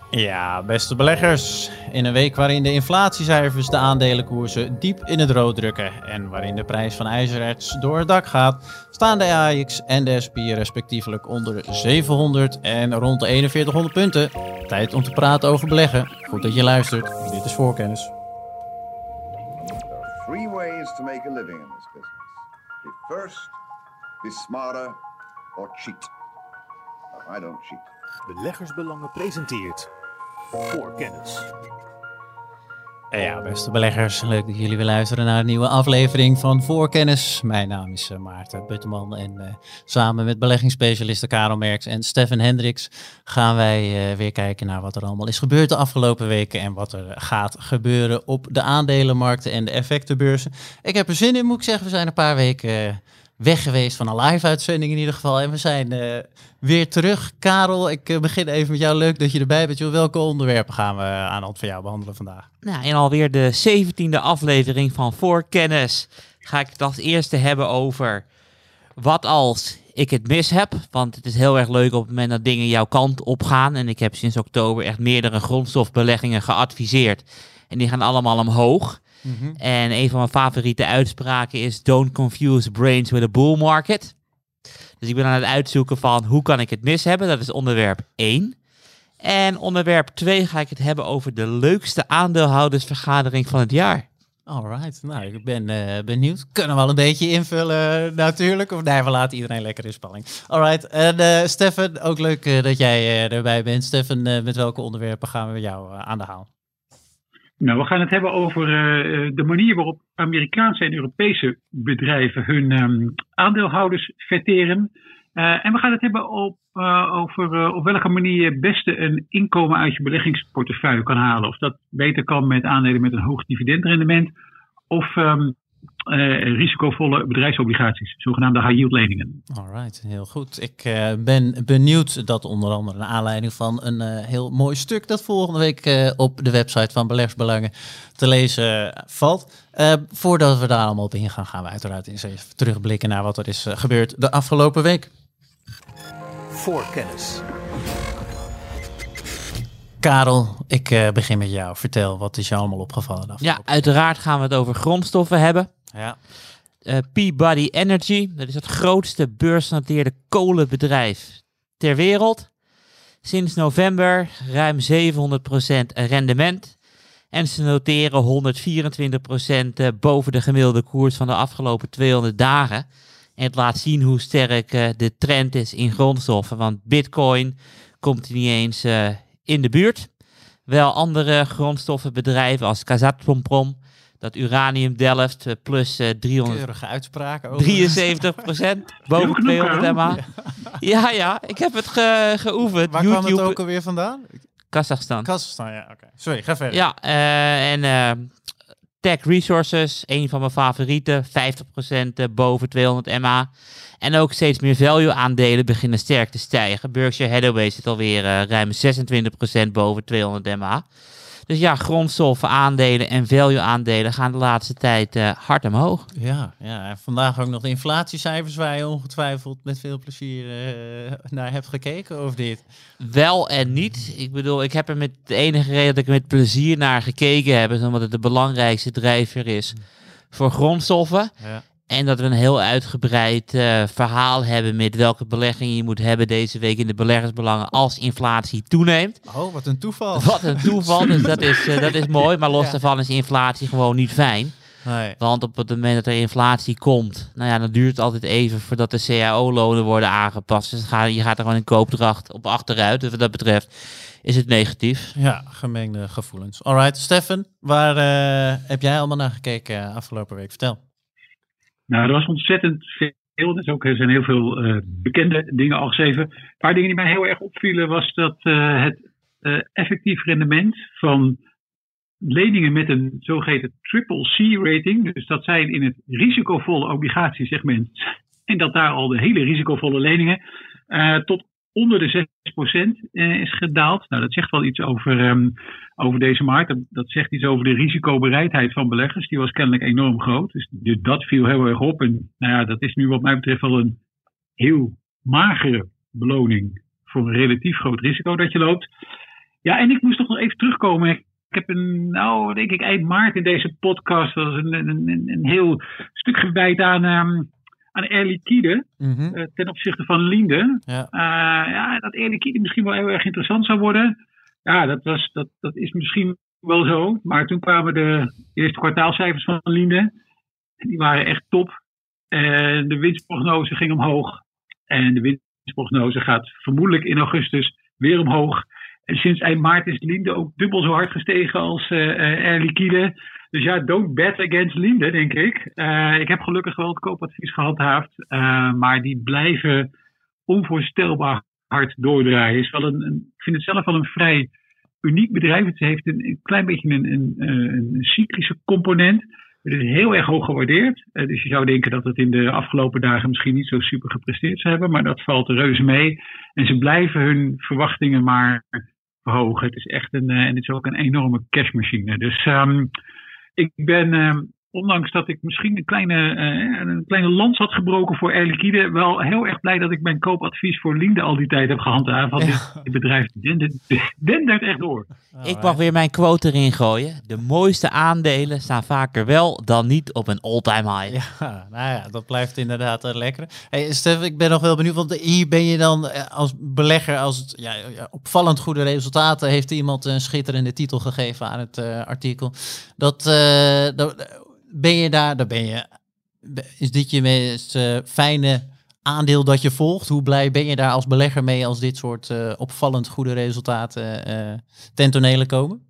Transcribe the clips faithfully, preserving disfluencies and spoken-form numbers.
Ja, beste beleggers. In een week waarin de inflatiecijfers de aandelenkoersen diep in het rood drukken en waarin de prijs van ijzererts door het dak gaat, staan de A E X en de S en P respectievelijk onder de zevenhonderd en rond de eenenveertighonderd punten. Tijd om te praten over beleggen. Goed dat je luistert. Dit is Voorkennis. There are three ways to make a living in this business. Be first, be smarter, or cheat. But I don't cheat. Beleggersbelangen presenteert Voorkennis. En ja, beste beleggers, leuk dat jullie weer luisteren naar een nieuwe aflevering van Voorkennis. Mijn naam is uh, Maarten Butteman en uh, samen met beleggingsspecialisten Karel Merks en Stefan Hendricks gaan wij uh, weer kijken naar wat er allemaal is gebeurd de afgelopen weken en wat er gaat gebeuren op de aandelenmarkten en de effectenbeurzen. Ik heb er zin in, moet ik zeggen. We zijn een paar weken uh, weg geweest van een live-uitzending in ieder geval en we zijn uh, weer terug. Karel, ik uh, begin even met jou. Leuk dat je erbij bent. Joh. Welke onderwerpen gaan we uh, aan de hand van jou behandelen vandaag? Nou, in alweer de zeventiende aflevering van Voorkennis ga ik het als eerste hebben over wat als ik het mis heb. Want het is heel erg leuk op het moment dat dingen jouw kant op gaan. En ik heb sinds oktober echt meerdere grondstofbeleggingen geadviseerd. En die gaan allemaal omhoog. Mm-hmm. En een van mijn favoriete uitspraken is: don't confuse brains with a bull market. Dus ik ben aan het uitzoeken van hoe kan ik het mis hebben. Dat is onderwerp één. En onderwerp twee ga ik het hebben over de leukste aandeelhoudersvergadering van het jaar. Alright, nou ik ben uh, benieuwd. Kunnen we wel een beetje invullen uh, natuurlijk. Of nee, we laten iedereen lekker in spanning. Alright, en uh, Stefan, ook leuk uh, dat jij uh, erbij bent. Stefan, uh, met welke onderwerpen gaan we met jou uh, aan de haal? Nou, we gaan het hebben over uh, de manier waarop Amerikaanse en Europese bedrijven hun um, aandeelhouders verteren. Uh, en we gaan het hebben op, uh, over uh, op welke manier je het beste een inkomen uit je beleggingsportefeuille kan halen. Of dat beter kan met aandelen met een hoog dividendrendement of um, uh, risicovolle bedrijfsobligaties, zogenaamde high-yield leningen. Alright, heel goed. Ik uh, ben benieuwd dat onder andere naar aanleiding van een uh, heel mooi stuk dat volgende week uh, op de website van Beleggersbelangen te lezen uh, valt. Uh, voordat we daar allemaal op ingaan, gaan we uiteraard eens even terugblikken naar wat er is uh, gebeurd de afgelopen week. Voorkennis. Karel, ik uh, begin met jou. Vertel, wat is jou allemaal opgevallen? Ja, uiteraard gaan we het over grondstoffen hebben. Ja. Uh, Peabody Energy, dat is het grootste beursgenoteerde kolenbedrijf ter wereld. Sinds november ruim zevenhonderd procent rendement. En ze noteren honderdvierentwintig procent boven de gemiddelde koers van de afgelopen tweehonderd dagen. En het laat zien hoe sterk uh, de trend is in grondstoffen. Want Bitcoin komt er niet eens uh, in de buurt. Wel andere grondstoffenbedrijven als Kazatomprom, dat Uranium Delft uh, plus uh, driehonderd... Keurige uitspraken. drieënzeventig procent boven tweehonderd M A. Ja, ja, ik heb het ge- geoefend. Waar YouTube... kwam het ook alweer vandaan? Kazachstan. Kazachstan, ja, oké. Okay. Sorry, ga verder. Ja, uh, en uh, Tech Resources, een van mijn favorieten, vijftig procent boven tweehonderd M A. En ook steeds meer value aandelen beginnen sterk te stijgen. Berkshire Hathaway zit alweer uh, ruim zesentwintig procent boven tweehonderd M A. Dus ja, grondstoffen, aandelen en value aandelen gaan de laatste tijd uh, hard omhoog. Ja, ja, en vandaag ook nog de inflatiecijfers waar je ongetwijfeld met veel plezier uh, naar hebt gekeken, of dit? Wel en niet. Ik bedoel, ik heb er met de enige reden dat ik er met plezier naar gekeken heb, is omdat het de belangrijkste drijver is voor grondstoffen. Ja. En dat we een heel uitgebreid uh, verhaal hebben met welke beleggingen je moet hebben deze week in de beleggersbelangen als inflatie toeneemt. Oh, wat een toeval. Wat een toeval, dus dat is, uh, dat is mooi. Maar los ja. daarvan is inflatie gewoon niet fijn. Nee. Want op het moment dat er inflatie komt, nou ja, dan duurt het altijd even voordat de C A O-lonen worden aangepast. Dus ga, je gaat er gewoon in koopdracht op achteruit. Dus wat dat betreft is het negatief. Ja, gemengde gevoelens. Alright, Stefan, waar uh, heb jij allemaal naar gekeken uh, afgelopen week? Vertel. Nou, er was ontzettend veel. Dus ook, er zijn heel veel uh, bekende dingen al geschreven. Een paar dingen die mij heel erg opvielen was dat uh, het uh, effectief rendement van leningen met een zogeheten triple C rating, dus dat zijn in het risicovolle obligatiesegment, en dat daar al de hele risicovolle leningen uh, tot onder de zes procent uh, is gedaald. Nou, dat zegt wel iets over, um, over deze markt. Dat, dat zegt iets over de risicobereidheid van beleggers. Die was kennelijk enorm groot. Dus, dus dat viel heel erg op. En nou ja, dat is nu wat mij betreft wel een heel magere beloning voor een relatief groot risico dat je loopt. Ja, en ik moest toch nog even terugkomen. Ik heb een, nou, denk ik, eind maart in deze podcast was een, een, een, een heel stuk gewijd aan, um, aan Air Liquide Mm-hmm. uh, ten opzichte van Linde. Ja. Uh, ja, dat Air Liquide misschien wel heel erg interessant zou worden. Ja, dat, was, dat, dat is misschien wel zo. Maar toen kwamen de eerste kwartaalcijfers van Linde. Die waren echt top. En de winstprognose ging omhoog. En de winstprognose gaat vermoedelijk in augustus weer omhoog. En sinds eind maart is Linde ook dubbel zo hard gestegen als uh, Air Liquide. Dus ja, don't bet against Linde, denk ik. Uh, ik heb gelukkig wel het koopadvies gehandhaafd. Uh, maar die blijven onvoorstelbaar hard doordraaien. Is wel een, een, ik vind het zelf wel een vrij uniek bedrijf. Het heeft een, een klein beetje een, een, een, een cyclische component. Het is heel erg hoog gewaardeerd. Uh, dus je zou denken dat het in de afgelopen dagen misschien niet zo super gepresteerd zou hebben. Maar dat valt reuze mee. En ze blijven hun verwachtingen maar verhogen. Het is echt een, uh, en het is ook een enorme cashmachine. Dus um, ik ben, um, ondanks dat ik misschien een kleine, uh, een kleine lans had gebroken voor Air Liquide, wel heel erg blij dat ik mijn koopadvies voor Linde al die tijd heb gehandhaafd. Want ja. dit bedrijf dendert, dendert echt door. Ik mag weer mijn quote erin gooien. De mooiste aandelen staan vaker wel dan niet op een all-time high. Ja, nou ja, dat blijft inderdaad uh, lekker. Hey, Stef, ik ben nog wel benieuwd, want hier ben je dan uh, als belegger, als het ja, ja, opvallend goede resultaten, heeft iemand een schitterende titel gegeven aan het uh, artikel. Dat, uh, dat ben je daar, daar ben je, is dit je meest uh, fijne aandeel dat je volgt? Hoe blij ben je daar als belegger mee als dit soort uh, opvallend goede resultaten uh, ten tonele komen?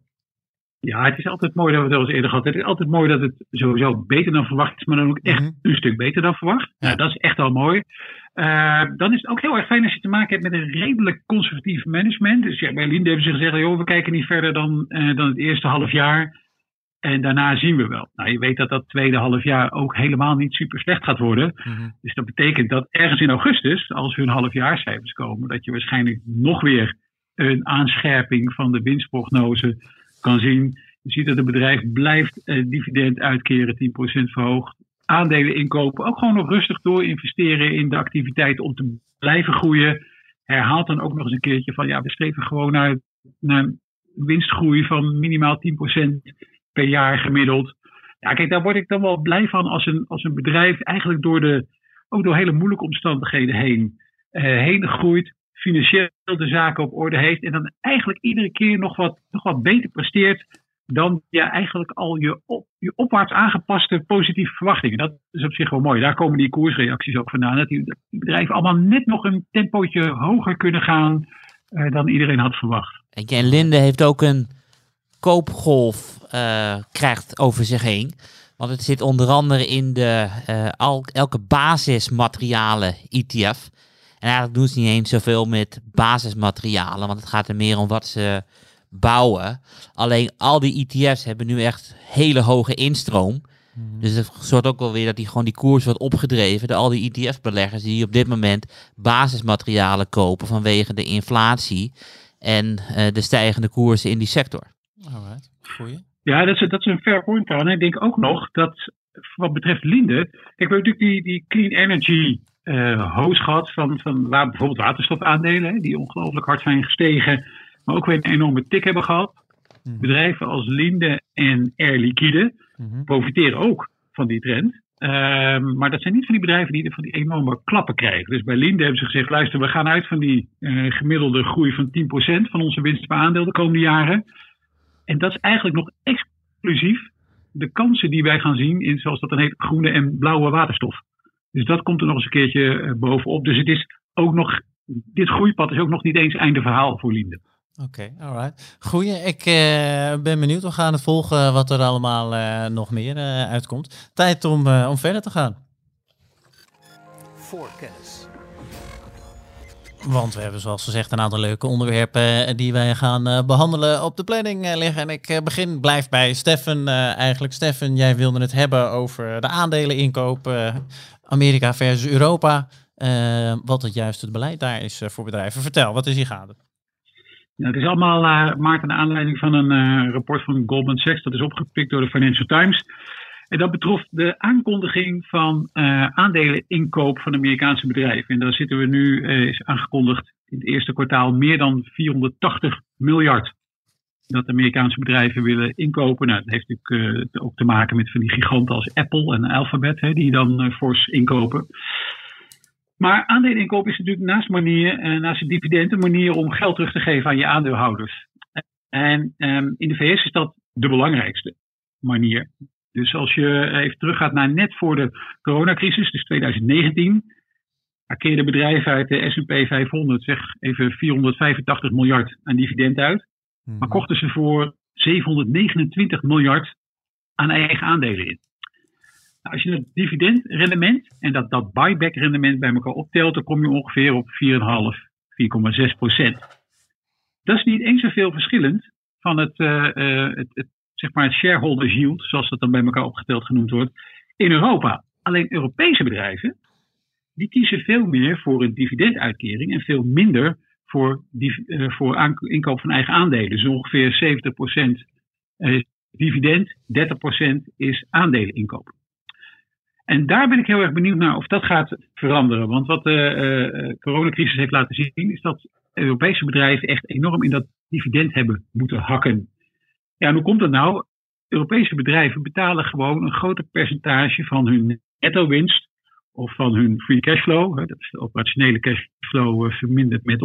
Ja, het is altijd mooi dat we het al eens eerder gehad. Het is altijd mooi dat het sowieso beter dan verwacht is, maar dan ook echt mm-hmm. een stuk beter dan verwacht. Ja. Nou, dat is echt al mooi. Uh, dan is het ook heel erg fijn als je te maken hebt met een redelijk conservatief management. Dus ja, bij Linde hebben ze gezegd, joh, we kijken niet verder dan, uh, dan het eerste half jaar. En daarna zien we wel. Nou, je weet dat dat tweede half jaar ook helemaal niet super slecht gaat worden. Mm-hmm. Dus dat betekent dat ergens in augustus, als hun halfjaarcijfers komen, dat je waarschijnlijk nog weer een aanscherping van de winstprognose kan zien. Je ziet dat het bedrijf blijft eh, dividend uitkeren, tien procent verhoogd. Aandelen inkopen, ook gewoon nog rustig door investeren in de activiteit om te blijven groeien. Herhaalt dan ook nog eens een keertje van, ja, we streven gewoon naar, naar winstgroei van minimaal tien procent per jaar gemiddeld. Ja, kijk, daar word ik dan wel blij van als een, als een bedrijf eigenlijk door de, ook door hele moeilijke omstandigheden heen, uh, heen groeit, financieel de zaken op orde heeft en dan eigenlijk iedere keer nog wat, nog wat beter presteert dan ja, eigenlijk al je, op, je opwaarts aangepaste positieve verwachtingen. Dat is op zich wel mooi. Daar komen die koersreacties ook vandaan. Dat die, dat die bedrijven allemaal net nog een tempootje hoger kunnen gaan uh, dan iedereen had verwacht. En Linde heeft ook een koopgolf uh, krijgt over zich heen. Want het zit onder andere in de, uh, al, elke basismaterialen E T F. En eigenlijk doen ze niet eens zoveel met basismaterialen, want het gaat er meer om wat ze bouwen. Alleen al die E T F's hebben nu echt hele hoge instroom. Mm. Dus het zorgt ook wel weer dat die, gewoon die koers wordt opgedreven door al die E T F-beleggers die op dit moment basismaterialen kopen vanwege de inflatie en uh, de stijgende koersen in die sector. Alright, goeie. Ja, dat is, dat is een fair point trouwens. En ik denk ook nog dat wat betreft Linde, kijk, we hebben natuurlijk die, die clean energy uh, hoos gehad van, van waar bijvoorbeeld waterstofaandelen, hè, die ongelooflijk hard zijn gestegen, maar ook weer een enorme tik hebben gehad. Mm-hmm. Bedrijven als Linde en Air Liquide mm-hmm. profiteren ook van die trend. Uh, maar dat zijn niet van die bedrijven die van die enorme klappen krijgen. Dus bij Linde hebben ze gezegd, luister, we gaan uit van die uh, gemiddelde groei van tien procent van onze winst per aandeel de komende jaren. En dat is eigenlijk nog exclusief de kansen die wij gaan zien in, zoals dat dan heet, groene en blauwe waterstof. Dus dat komt er nog eens een keertje uh, bovenop. Dus het is ook nog, dit groeipad is ook nog niet eens einde verhaal voor Linde. Oké, okay, alright. Goeie, ik uh, ben benieuwd. We gaan het volgen wat er allemaal uh, nog meer uh, uitkomt. Tijd om, uh, om verder te gaan. Voorkennis. Want we hebben zoals gezegd een aantal leuke onderwerpen die wij gaan uh, behandelen op de planning uh, liggen. En ik uh, begin, blijf bij Steffen uh, eigenlijk. Steffen, jij wilde het hebben over de aandeleninkoop uh, Amerika versus Europa. Uh, wat het juiste het beleid daar is uh, voor bedrijven. Vertel, wat is hier gaande? Nou, het is allemaal, uh, Maarten, naar aanleiding van een uh, rapport van Goldman Sachs. Dat is opgepikt door de Financial Times. En dat betrof de aankondiging van uh, aandeleninkoop van Amerikaanse bedrijven. En daar zitten we nu, uh, is aangekondigd in het eerste kwartaal, meer dan vierhonderdtachtig miljard dat Amerikaanse bedrijven willen inkopen. Nou, dat heeft natuurlijk uh, ook te maken met van die giganten als Apple en Alphabet, hè, die dan uh, fors inkopen. Maar aandeleninkoop is natuurlijk naast, manier, uh, naast het dividend een manier om geld terug te geven aan je aandeelhouders. En um, in de V S is dat de belangrijkste manier. Dus als je even teruggaat naar net voor de coronacrisis, dus twintig negentien, keerden bedrijven uit de S en P vijfhonderd zeg even vierhonderdvijfentachtig miljard aan dividend uit. Maar kochten ze voor zevenhonderdnegenentwintig miljard aan eigen aandelen in. Nou, als je het dividendrendement en dat, dat buyback rendement bij elkaar optelt, dan kom je ongeveer op vier komma vijf, vier komma zes procent. Dat is niet eens zoveel verschillend van het, uh, uh, het, het, zeg maar het shareholders yield, zoals dat dan bij elkaar opgeteld genoemd wordt, in Europa. Alleen Europese bedrijven, die kiezen veel meer voor een dividenduitkering en veel minder voor, die, uh, voor aank- inkoop van eigen aandelen. Dus ongeveer zeventig procent is dividend, dertig procent is aandeleninkoop. En daar ben ik heel erg benieuwd naar of dat gaat veranderen. Want wat de uh, coronacrisis heeft laten zien, is dat Europese bedrijven echt enorm in dat dividend hebben moeten hakken. Ja, en hoe komt dat nou? Europese bedrijven betalen gewoon een groter percentage van hun netto winst of van hun free cashflow, dat is de operationele cashflow verminderd met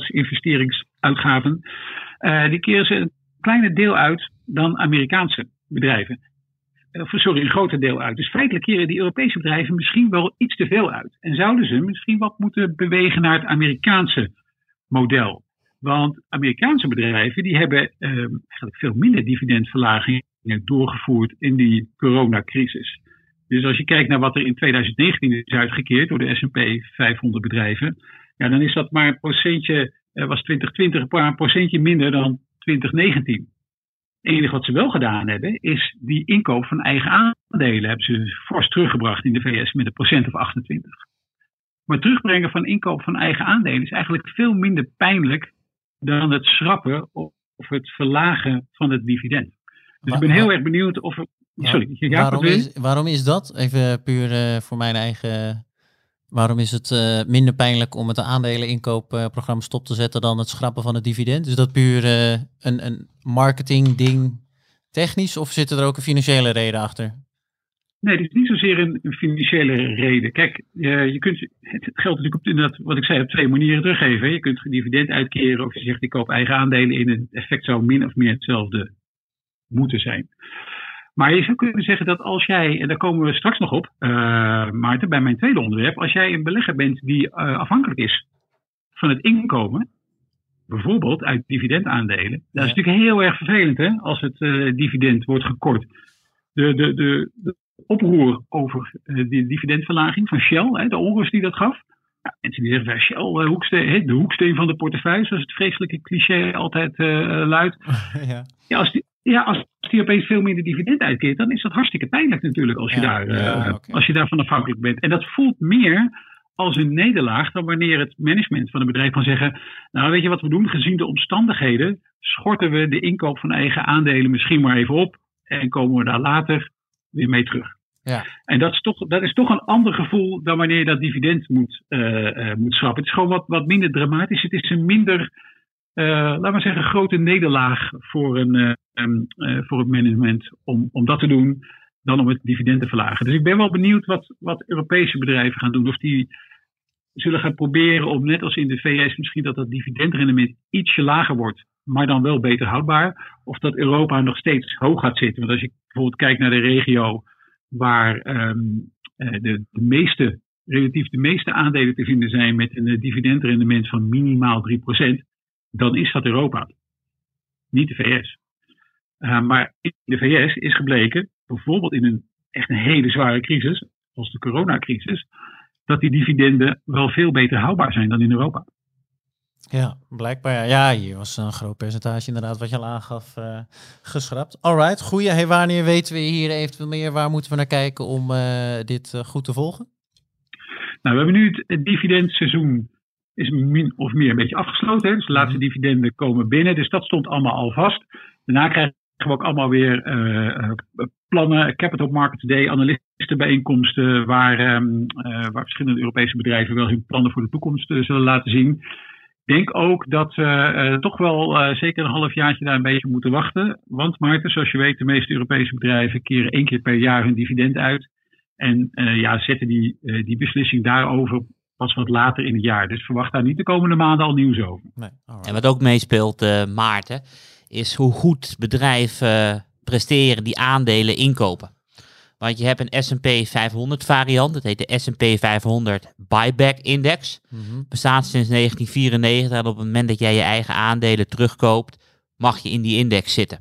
onderhoudsinvesteringsuitgaven, uh, die keren ze een kleiner deel uit dan Amerikaanse bedrijven. Uh, sorry, een groter deel uit. Dus feitelijk keren die Europese bedrijven misschien wel iets te veel uit. En zouden ze misschien wat moeten bewegen naar het Amerikaanse model. Want Amerikaanse bedrijven die hebben uh, eigenlijk veel minder dividendverlagingen doorgevoerd in die coronacrisis. Dus als je kijkt naar wat er in twintig negentien is uitgekeerd door de S en P vijfhonderd bedrijven, ja, dan is dat maar een procentje, uh, was twintig twintig maar een procentje minder dan twintig negentien. Het enige wat ze wel gedaan hebben, is die inkoop van eigen aandelen hebben ze fors teruggebracht in de V S met een procent of achtentwintig. Maar het terugbrengen van inkoop van eigen aandelen is eigenlijk veel minder pijnlijk dan het schrappen of het verlagen van het dividend. Dus ik ben heel erg benieuwd of er... Sorry, ja, waarom, is, waarom is dat? Even puur uh, voor mijn eigen... Waarom is het uh, minder pijnlijk om het aandeleninkoopprogramma stop te zetten dan het schrappen van het dividend? Is dat puur uh, een, een marketing ding technisch of zit er ook een financiële reden achter? Nee, het is niet zozeer een, een financiële reden. Kijk, uh, je kunt, het geldt natuurlijk op inderdaad, wat ik zei, op twee manieren teruggeven. Je kunt dividend uitkeren of je zegt ik koop eigen aandelen in. Het effect zou min of meer hetzelfde moeten zijn. Maar je zou kunnen zeggen dat als jij, en daar komen we straks nog op, uh, Maarten, bij mijn tweede onderwerp. Als jij een belegger bent die uh, afhankelijk is van het inkomen, bijvoorbeeld uit dividendaandelen. Ja. Dat is natuurlijk heel erg vervelend hè, als het uh, dividend wordt gekort. De, de, de, de oproer over uh, de dividendverlaging van Shell, hè, de onrust die dat gaf. Ja, mensen die zeggen, Shell, uh, hoeksteen, hè, de hoeksteen van de portefeuille, zoals het vreselijke cliché altijd uh, luidt. Ja, ja als die, Ja, als die opeens veel minder dividend uitkeert, dan is dat hartstikke pijnlijk natuurlijk als je, ja, daar, ja, uh, okay. als je daarvan afhankelijk bent. En dat voelt meer als een nederlaag dan wanneer het management van een bedrijf kan zeggen, nou weet je wat we doen, gezien de omstandigheden schorten we de inkoop van eigen aandelen misschien maar even op en komen we daar later weer mee terug. Ja. En dat is, toch, dat is toch een ander gevoel dan wanneer je dat dividend moet, uh, uh, moet schrappen. Het is gewoon wat, wat minder dramatisch. Het is een minder... Uh, laat maar zeggen, grote nederlaag voor een, uh, um, uh, voor het management om, om dat te doen dan om het dividend te verlagen. Dus ik ben wel benieuwd wat, wat Europese bedrijven gaan doen. Of die zullen gaan proberen om net als in de V S misschien dat dat dividendrendement ietsje lager wordt, maar dan wel beter houdbaar. Of dat Europa nog steeds hoog gaat zitten. Want als je bijvoorbeeld kijkt naar de regio waar um, uh, de, de meeste, relatief de meeste aandelen te vinden zijn met een uh, dividendrendement van minimaal drie procent. Dan is dat Europa. Niet de V S. Uh, maar in de V S is gebleken, bijvoorbeeld in een echt een hele zware crisis, als de coronacrisis, dat die dividenden wel veel beter houdbaar zijn dan in Europa. Ja, blijkbaar. Ja, ja hier was een groot percentage inderdaad wat je al aangaf uh, geschrapt. Alright, goeie. Hey, wanneer weten we hier eventueel meer? Waar moeten we naar kijken om uh, dit uh, goed te volgen? Nou, we hebben nu het, het dividendseizoen is min of meer een beetje afgesloten. Hè? Dus de laatste dividenden komen binnen. Dus dat stond allemaal al vast. Daarna krijgen we ook allemaal weer uh, plannen, Capital Markets Day, analistenbijeenkomsten, waar, um, uh, waar verschillende Europese bedrijven wel hun plannen voor de toekomst uh, zullen laten zien. denk ook dat we uh, toch wel uh, zeker een halfjaartje daar een beetje moeten wachten. Want Maarten, zoals je weet, de meeste Europese bedrijven keren één keer per jaar hun dividend uit. En uh, ja, zetten die, uh, die beslissing daarover pas wat later in het jaar. Dus verwacht daar niet de komende maanden al nieuws over. Nee, en wat ook meespeelt, uh, Maarten, is hoe goed bedrijven uh, presteren die aandelen inkopen. Want je hebt een S en P vijfhonderd variant, dat heet de S en P vijfhonderd Buyback Index. Mm-hmm. Bestaat sinds negentien vierennegentig en op het moment dat jij je eigen aandelen terugkoopt, mag je in die index zitten.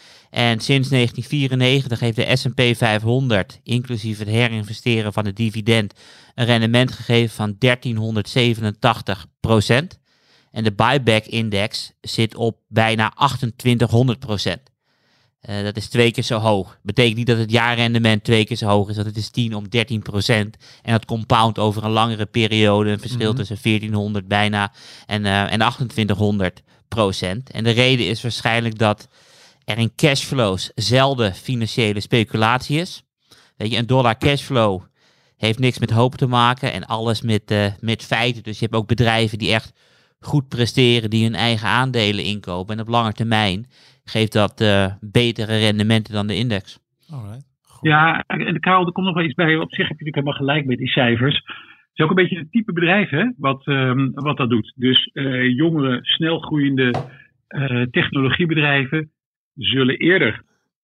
En sinds negentien vierennegentig heeft de S en P vijfhonderd, inclusief het herinvesteren van het dividend, een rendement gegeven van dertienhonderdzevenentachtig procent. En de Buyback Index zit op bijna achtentwintighonderd procent. Uh, dat is twee keer zo hoog. Betekent niet dat het jaarrendement twee keer zo hoog is, dat het is tien om dertien procent. En dat compound over een langere periode, een verschil mm-hmm. tussen veertienhonderd bijna en, uh, en achtentwintighonderd procent. En de reden is waarschijnlijk dat er in cashflows zelden financiële speculatie is. Weet je, een dollar cashflow heeft niks met hoop te maken en alles met, uh, met feiten. Dus je hebt ook bedrijven die echt goed presteren, die hun eigen aandelen inkopen. En op lange termijn geeft dat uh, betere rendementen dan de index. Alright. Ja, en Karel, er komt nog wel iets bij. Op zich heb je natuurlijk helemaal gelijk met die cijfers. Het is ook een beetje het type bedrijf, hè, wat, um, wat dat doet. Dus uh, jongere, snel groeiende uh, technologiebedrijven zullen eerder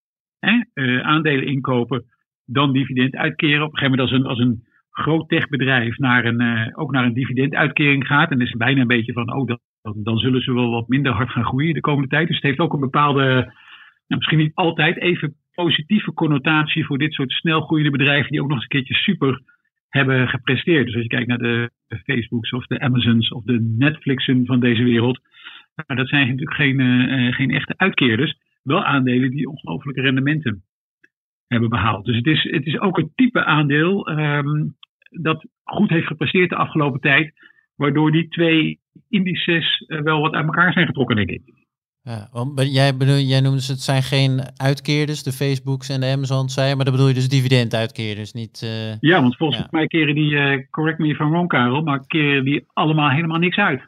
hè, uh, aandelen inkopen dan dividend uitkeren. Op een gegeven moment als een, als een groot techbedrijf naar een, uh, ook naar een dividenduitkering gaat, en is het bijna een beetje van, oh, dan, dan zullen ze wel wat minder hard gaan groeien de komende tijd. Dus het heeft ook een bepaalde, nou, misschien niet altijd even positieve connotatie voor dit soort snel groeiende bedrijven die ook nog eens een keertje super hebben gepresteerd. Dus als je kijkt naar de Facebooks of de Amazons of de Netflixen van deze wereld, nou, dat zijn natuurlijk geen, uh, geen echte uitkeerders. Wel aandelen die ongelooflijke rendementen hebben behaald. Dus het is, het is ook een type aandeel um, dat goed heeft gepresteerd de afgelopen tijd, waardoor die twee indices uh, wel wat uit elkaar zijn getrokken, denk ik. Ja, want jij, bedoel, jij noemde ze, het zijn geen uitkeerders, de Facebooks en de Amazons, zei, maar dan bedoel je dus dividenduitkeerders, niet... Uh, ja, want volgens ja. mij keren die, uh, correct me if I'm wrong, Karel, maar keren die allemaal helemaal niks uit.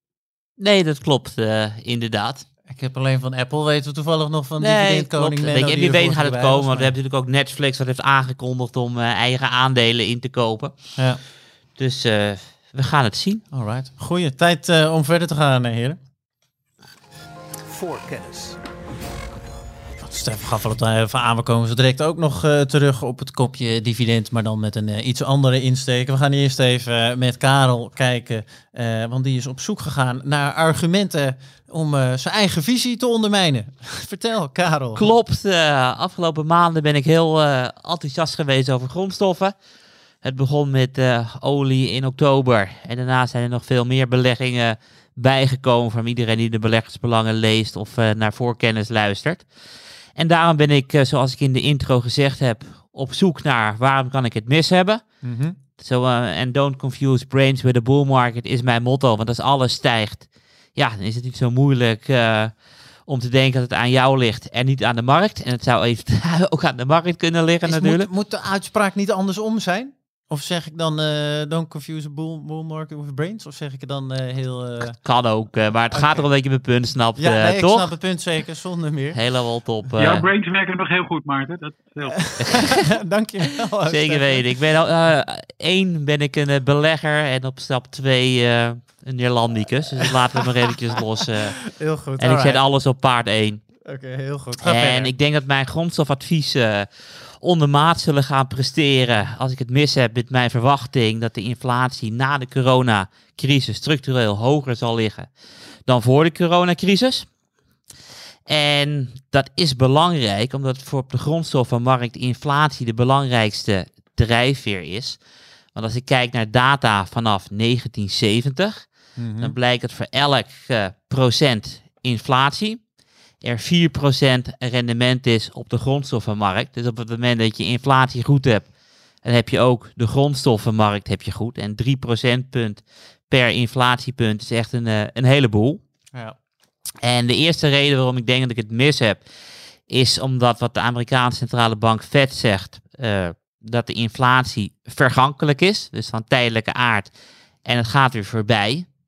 Nee, dat klopt, uh, inderdaad. Ik heb alleen van Apple, weten we toevallig nog van nee, dividendkoning. Weet je, wie weet gaat het komen, was, want we hebben natuurlijk ook Netflix dat heeft aangekondigd om uh, eigen aandelen in te kopen. Ja. Dus uh, we gaan het zien. Alright, goeie tijd uh, om verder te gaan, heren. Voorkennis. Stef gaf het even aan, we komen zo direct ook nog uh, terug op het kopje dividend, maar dan met een uh, iets andere insteek. We gaan eerst even uh, met Karel kijken, uh, want die is op zoek gegaan naar argumenten om uh, zijn eigen visie te ondermijnen. Vertel, Karel. Klopt, uh, afgelopen maanden ben ik heel uh, enthousiast geweest over grondstoffen. Het begon met uh, olie in oktober en daarna zijn er nog veel meer beleggingen bijgekomen van iedereen die de beleggersbelangen leest of uh, naar voorkennis luistert. En daarom ben ik, uh, zoals ik in de intro gezegd heb, op zoek naar waarom kan ik het mis hebben. Mm-hmm. So, uh, and don't confuse brains with a bull market is mijn motto. Want als alles stijgt, ja, dan is het niet zo moeilijk uh, om te denken dat het aan jou ligt en niet aan de markt. En het zou even ook aan de markt kunnen liggen is, natuurlijk. Moet, moet de uitspraak niet andersom zijn? Of zeg ik dan, uh, don't confuse a bull, bull market with brains? Of zeg ik er dan uh, heel... Uh... Kan ook, uh, maar het okay. gaat er een beetje mijn punt, snap je, ja, nee, uh, toch? Ik snap het punt zeker, zonder meer. Helemaal top. Uh... Jouw brains werken nog heel goed, Maarten. Dat heel Dank je wel. Zeker weten. Ik ben al, uh, één ben ik een uh, belegger en op stap twee uh, een Neerlandicus. Dus laten we maar eventjes los. Uh. Heel goed. En alright. Ik zet alles op paard één. Oké, okay, heel goed. Ga en verder. Ik denk dat mijn grondstofadviezen uh, ondermaat zullen gaan presteren als ik het mis heb met mijn verwachting dat de inflatie na de coronacrisis structureel hoger zal liggen dan voor de coronacrisis. En dat is belangrijk omdat voor op de grondstoffenmarkt inflatie de belangrijkste drijfveer is. Want als ik kijk naar data vanaf negentien zeventig, mm-hmm. dan blijkt dat voor elk uh, procent inflatie er vier procent rendement is op de grondstoffenmarkt. Dus op het moment dat je inflatie goed hebt, dan heb je ook de grondstoffenmarkt heb je goed. En drie procentpunt per inflatiepunt is echt een, uh, een heleboel. Ja. En de eerste reden waarom ik denk dat ik het mis heb, is omdat wat de Amerikaanse centrale bank Fed zegt, uh, dat de inflatie vergankelijk is. Dus van tijdelijke aard. En het gaat weer voorbij.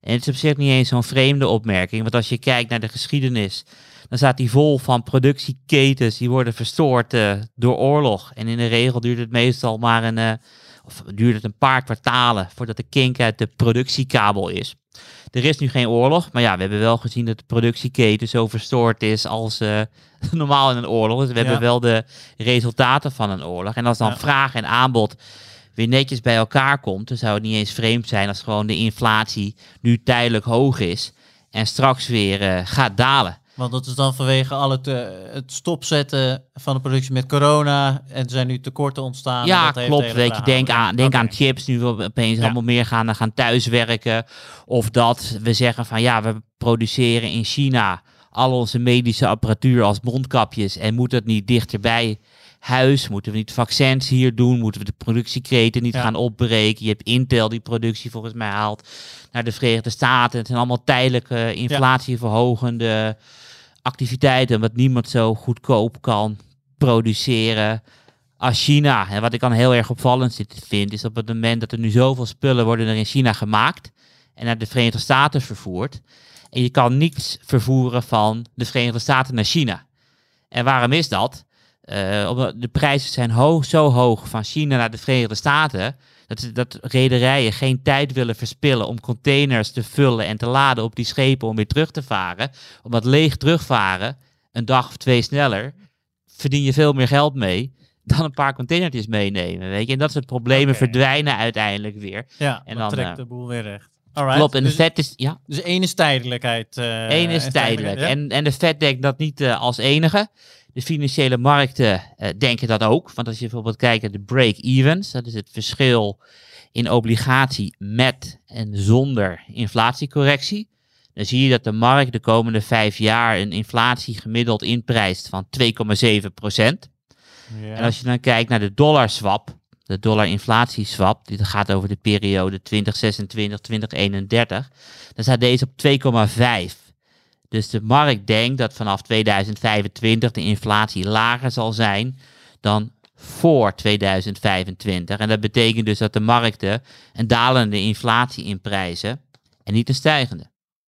En het is op zich niet eens zo'n vreemde opmerking, want als je kijkt naar de geschiedenis, dan staat die vol van productieketens die worden verstoord uh, door oorlog. En in de regel duurt het meestal maar een, uh, of duurt het een paar kwartalen voordat de kink uit de productiekabel is. Er is nu geen oorlog, maar ja, we hebben wel gezien dat de productieketen zo verstoord is als uh, normaal in een oorlog. Dus we ja. hebben wel de resultaten van een oorlog. En als dan ja. vraag en aanbod weer netjes bij elkaar komt, dan zou het niet eens vreemd zijn als gewoon de inflatie nu tijdelijk hoog is en straks weer uh, gaat dalen. Want dat is dan vanwege al het, uh, het stopzetten van de productie met corona. En er zijn nu tekorten ontstaan. Ja, dat klopt. Weet je, denk aan, denk okay. aan chips. Nu we opeens ja. allemaal meer gaan, gaan thuiswerken. Of dat we zeggen van ja, we produceren in China al onze medische apparatuur als mondkapjes. En moet het niet dichterbij huis? Moeten we niet vaccins hier doen? Moeten we de productieketen niet ja. gaan opbreken? Je hebt Intel die productie volgens mij haalt naar de Verenigde Staten. Het zijn allemaal tijdelijke inflatieverhogende ja. activiteiten, wat niemand zo goedkoop kan produceren als China. En wat ik dan heel erg opvallend vind, is op het moment dat er nu zoveel spullen worden er in China gemaakt en naar de Verenigde Staten vervoerd. En je kan niets vervoeren van de Verenigde Staten naar China. En waarom is dat? Uh, omdat de prijzen zijn hoog, zo hoog van China naar de Verenigde Staten, dat, dat rederijen geen tijd willen verspillen om containers te vullen en te laden op die schepen om weer terug te varen. Omdat leeg terugvaren, een dag of twee sneller, verdien je veel meer geld mee dan een paar containertjes meenemen. Weet je? En dat soort problemen okay. verdwijnen uiteindelijk weer. Ja, en dan trekt uh, de boel weer recht. Alright. Klopt, en dus, de vet is... Ja. Dus één is tijdelijkheid. Uh, Eén is tijdelijk. Ja? En, en de vet denkt dat niet uh, als enige. De financiële markten uh, denken dat ook. Want als je bijvoorbeeld kijkt naar de break-evens, dat is het verschil in obligatie met en zonder inflatiecorrectie, dan zie je dat de markt de komende vijf jaar een inflatie gemiddeld inprijst van twee komma zeven procent. Ja. En als je dan kijkt naar de dollarswap, de dollar-inflatieswap, die gaat over de periode twintig zesentwintig tot twintig eenendertig, dan staat deze op twee komma vijf. Dus de markt denkt dat vanaf tweeduizend vijfentwintig de inflatie lager zal zijn dan voor tweeduizend vijfentwintig. En dat betekent dus dat de markten een dalende inflatie inprijzen en niet een stijgende.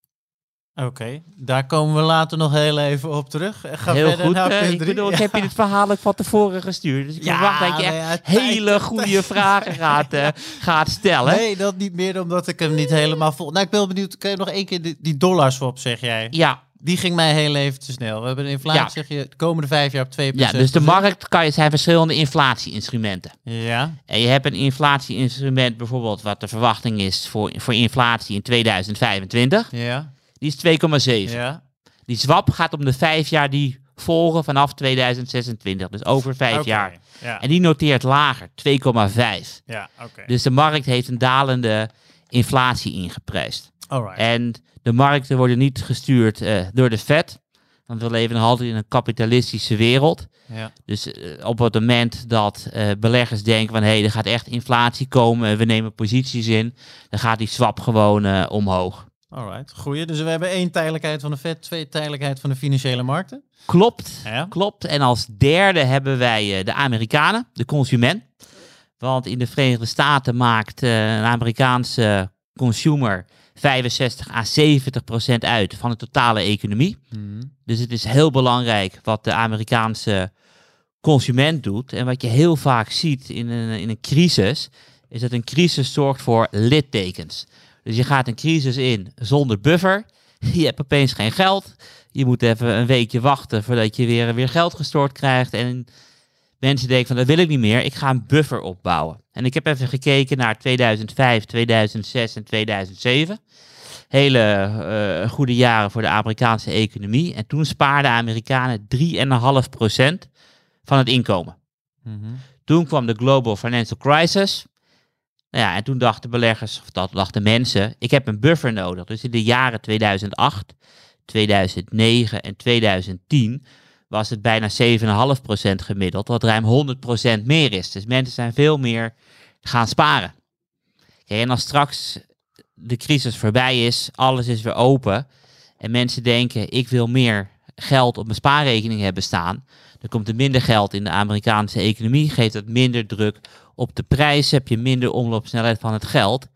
Oké, okay, daar komen we later nog heel even op terug. Ga heel verder goed, naar uh, punt ik drie. bedoel, ja. ik heb je het verhaal ook van tevoren gestuurd. Dus ik ja, verwacht dat je echt ja, hele goede vragen gaat, uh, gaat stellen. Nee, dat niet meer, omdat ik hem niet helemaal vol... Nou, ik ben benieuwd, kun je nog één keer die, die dollarswap, zeg jij? Ja. Die ging mij heel even te snel. We hebben een inflatie, ja. zeg je, de komende vijf jaar op twee procent. Ja, dus de markt kan je, zijn verschillende inflatie-instrumenten. Ja. En je hebt een inflatie-instrument bijvoorbeeld wat de verwachting is voor, voor inflatie in tweeduizend vijfentwintig. Ja. Die is twee komma zeven. Ja. Die swap gaat om de vijf jaar die volgen vanaf tweeduizend zesentwintig. Dus over vijf okay. jaar. Ja. En die noteert lager, twee komma vijf. Ja, oké. Okay. Dus de markt heeft een dalende inflatie ingeprijsd. Alright. En de markten worden niet gestuurd uh, door de Fed. Want we leven nog altijd in een kapitalistische wereld. Ja. Dus uh, op het moment dat uh, beleggers denken van hé, hey, er gaat echt inflatie komen en we nemen posities in, dan gaat die swap gewoon uh, omhoog. Alright, goeie. Dus we hebben één tijdelijkheid van de Fed, twee tijdelijkheid van de financiële markten. Klopt, ja. klopt. En als derde hebben wij uh, de Amerikanen, de consument. Want in de Verenigde Staten maakt uh, een Amerikaanse consumer vijfenzestig à zeventig procent uit van de totale economie. Mm. Dus het is heel belangrijk wat de Amerikaanse consument doet. En wat je heel vaak ziet in een, in een crisis, is dat een crisis zorgt voor littekens. Dus je gaat een crisis in zonder buffer. Je hebt opeens geen geld. Je moet even een weekje wachten voordat je weer, weer geld gestort krijgt. En mensen denken van dat wil ik niet meer. Ik ga een buffer opbouwen. En ik heb even gekeken naar tweeduizend vijf, tweeduizend zes en tweeduizend zeven. Hele uh, goede jaren voor de Amerikaanse economie. En toen spaarden Amerikanen drie komma vijf procent van het inkomen. Mm-hmm. Toen kwam de Global Financial Crisis. Nou ja, en toen dachten beleggers, of dat dachten mensen, ik heb een buffer nodig. Dus in de jaren tweeduizend acht, tweeduizend negen en tweeduizend tien was het bijna zeven komma vijf procent gemiddeld, wat ruim honderd procent meer is. Dus mensen zijn veel meer gaan sparen. Kijk, en als straks de crisis voorbij is, alles is weer open en mensen denken, ik wil meer geld op mijn spaarrekening hebben staan, dan komt er minder geld in de Amerikaanse economie, geeft het minder druk op de prijs, heb je minder omloopsnelheid van het geld.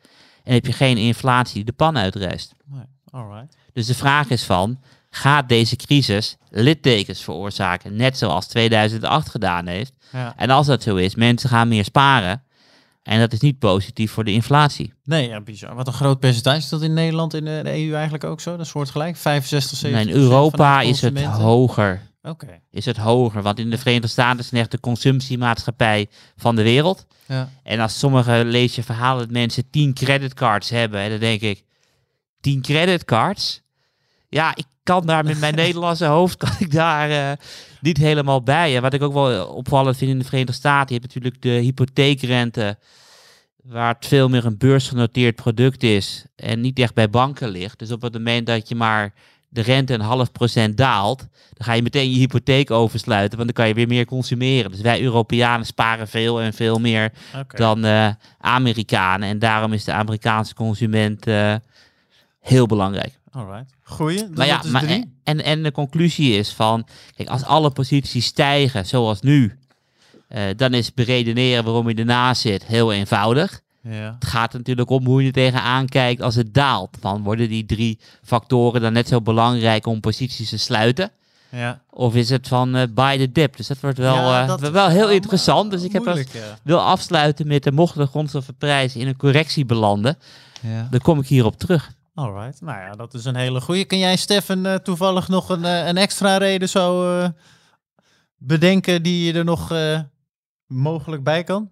En heb je geen inflatie die de pan uitrijst. Nee, alright. Dus de vraag is van, gaat deze crisis littekens veroorzaken, net zoals tweeduizend acht gedaan heeft? Ja. En als dat zo is, mensen gaan meer sparen. En dat is niet positief voor de inflatie. Nee, ja, bizar. Wat een groot percentage is dat in Nederland, in de, de E U eigenlijk ook zo? Dat soort gelijk, vijfenzestig, zeventig Nee, in Europa is het hoger. Oké. Okay. Is het hoger, want in de Verenigde Staten is het echt de consumptiemaatschappij van de wereld. Ja. En als sommige lees je verhalen dat mensen tien creditcards hebben, hè, dan denk ik, tien creditcards? Ja, ik kan daar met mijn Nederlandse hoofd kan ik daar uh, niet helemaal bij. En wat ik ook wel opvallend vind in de Verenigde Staten, je hebt natuurlijk de hypotheekrente, waar het veel meer een beursgenoteerd product is en niet echt bij banken ligt. Dus op het moment dat je maar de rente een half procent daalt, dan ga je meteen je hypotheek oversluiten, want dan kan je weer meer consumeren. Dus wij Europeanen sparen veel en veel meer okay. dan uh, Amerikanen. En daarom is de Amerikaanse consument uh, heel belangrijk. Alright. Goeie. Dus maar ja, maar en, en, en de conclusie is van, kijk, als alle posities stijgen, zoals nu, uh, dan is beredeneren waarom je ernaast zit heel eenvoudig. Ja. Het gaat natuurlijk om hoe je er tegenaan kijkt als het daalt. Van worden die drie factoren dan net zo belangrijk om posities te sluiten? Ja. Of is het van uh, buy the dip? Dus dat wordt wel, ja, uh, dat wel heel wel interessant. Dus ik heb als, ja. wil afsluiten met de mochten de grondstoffenprijzen in een correctie belanden. Ja. Dan kom ik hierop terug. Alright, nou ja, dat is een hele goeie. Kun jij, Stefan, uh, toevallig nog een, uh, een extra reden zo uh, bedenken die je er nog uh, mogelijk bij kan?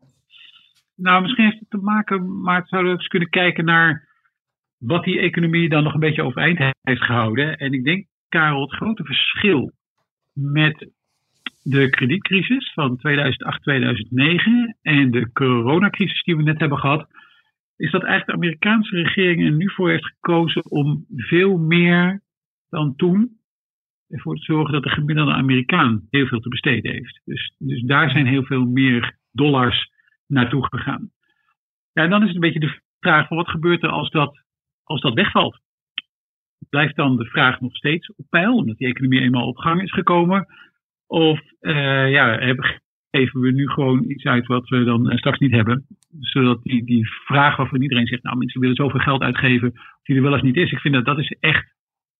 Nou, misschien heeft het te maken, maar het zouden we eens kunnen kijken naar wat die economie dan nog een beetje overeind heeft gehouden. En ik denk, Karel, het grote verschil met de kredietcrisis van tweeduizend acht tweeduizend negen en de coronacrisis die we net hebben gehad, is dat eigenlijk de Amerikaanse regering er nu voor heeft gekozen om veel meer dan toen ervoor te zorgen dat de gemiddelde Amerikaan heel veel te besteden heeft. Dus, dus daar zijn heel veel meer dollars naartoe gegaan. Ja, en dan is het een beetje de vraag van wat gebeurt er als dat, als dat wegvalt? Blijft dan de vraag nog steeds op peil, omdat die economie eenmaal op gang is gekomen? Of uh, ja, hebben, geven we nu gewoon iets uit wat we dan uh, straks niet hebben? Zodat die, die vraag waarvan iedereen zegt, nou mensen willen zoveel geld uitgeven, of die er wel eens niet is. Ik vind dat dat is echt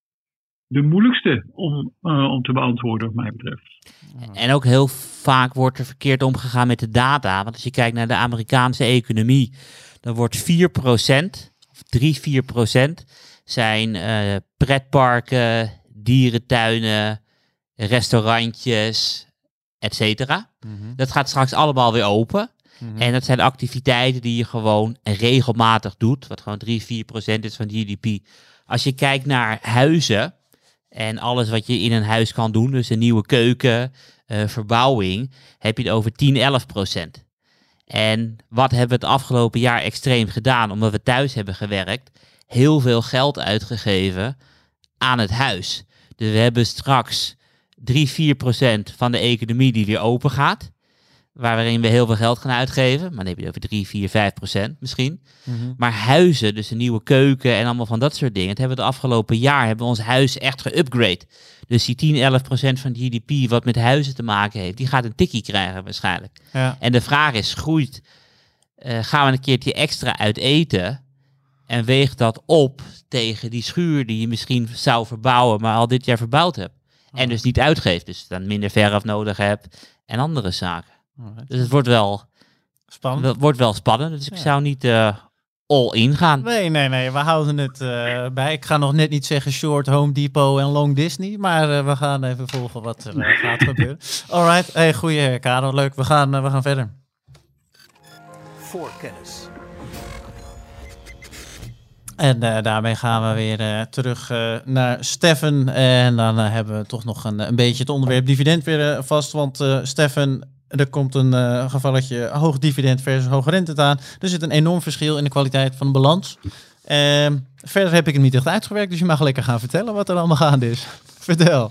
de moeilijkste om, uh, om te beantwoorden, wat mij betreft. En ook heel vaak wordt er verkeerd omgegaan met de data. Want als je kijkt naar de Amerikaanse economie, dan wordt vier procent, of drie, vier procent, zijn uh, pretparken, dierentuinen, restaurantjes, et cetera. Mm-hmm. Dat gaat straks allemaal weer open. Mm-hmm. En dat zijn activiteiten die je gewoon regelmatig doet, wat gewoon drie, vier procent is van G D P. Als je kijkt naar huizen en alles wat je in een huis kan doen, dus een nieuwe keuken, uh, verbouwing, heb je het over tien, elf procent. En wat hebben we het afgelopen jaar extreem gedaan, omdat we thuis hebben gewerkt, heel veel geld uitgegeven aan het huis. Dus we hebben straks drie, vier procent van de economie die weer open gaat, waarin we heel veel geld gaan uitgeven. Maar dan heb je het over drie, vier, vijf procent misschien. Mm-hmm. Maar huizen, dus een nieuwe keuken en allemaal van dat soort dingen. Het hebben we het afgelopen jaar, hebben we ons huis echt geupgrade. Dus die tien, elf procent van G D P wat met huizen te maken heeft, die gaat een tikkie krijgen waarschijnlijk. Ja. En de vraag is, groeit, uh, gaan we een keertje extra uit eten en weegt dat op tegen die schuur die je misschien zou verbouwen, maar al dit jaar verbouwd hebt. Oh. En dus niet uitgeeft, dus dan minder verf nodig hebt en andere zaken. Alright. Dus het wordt wel spannend. Het wordt wel spannend, dus ik ja. zou niet uh, all in gaan. Nee, nee, nee, we houden het uh, bij. Ik ga nog net niet zeggen short Home Depot en long Disney, maar uh, we gaan even volgen wat er uh, gaat gebeuren. Alright, hey, goeie Karel, leuk. We gaan, uh, we gaan verder. Voorkennis. En uh, daarmee gaan we weer uh, terug uh, naar Stefan. En dan uh, hebben we toch nog een, een beetje het onderwerp dividend weer uh, vast. Want uh, Stefan, er komt een uh, gevalletje hoog dividend versus hoge rente aan. Er zit een enorm verschil in de kwaliteit van de balans. Uh, verder heb ik het niet echt uitgewerkt, dus je mag lekker gaan vertellen wat er allemaal gaande is. Vertel.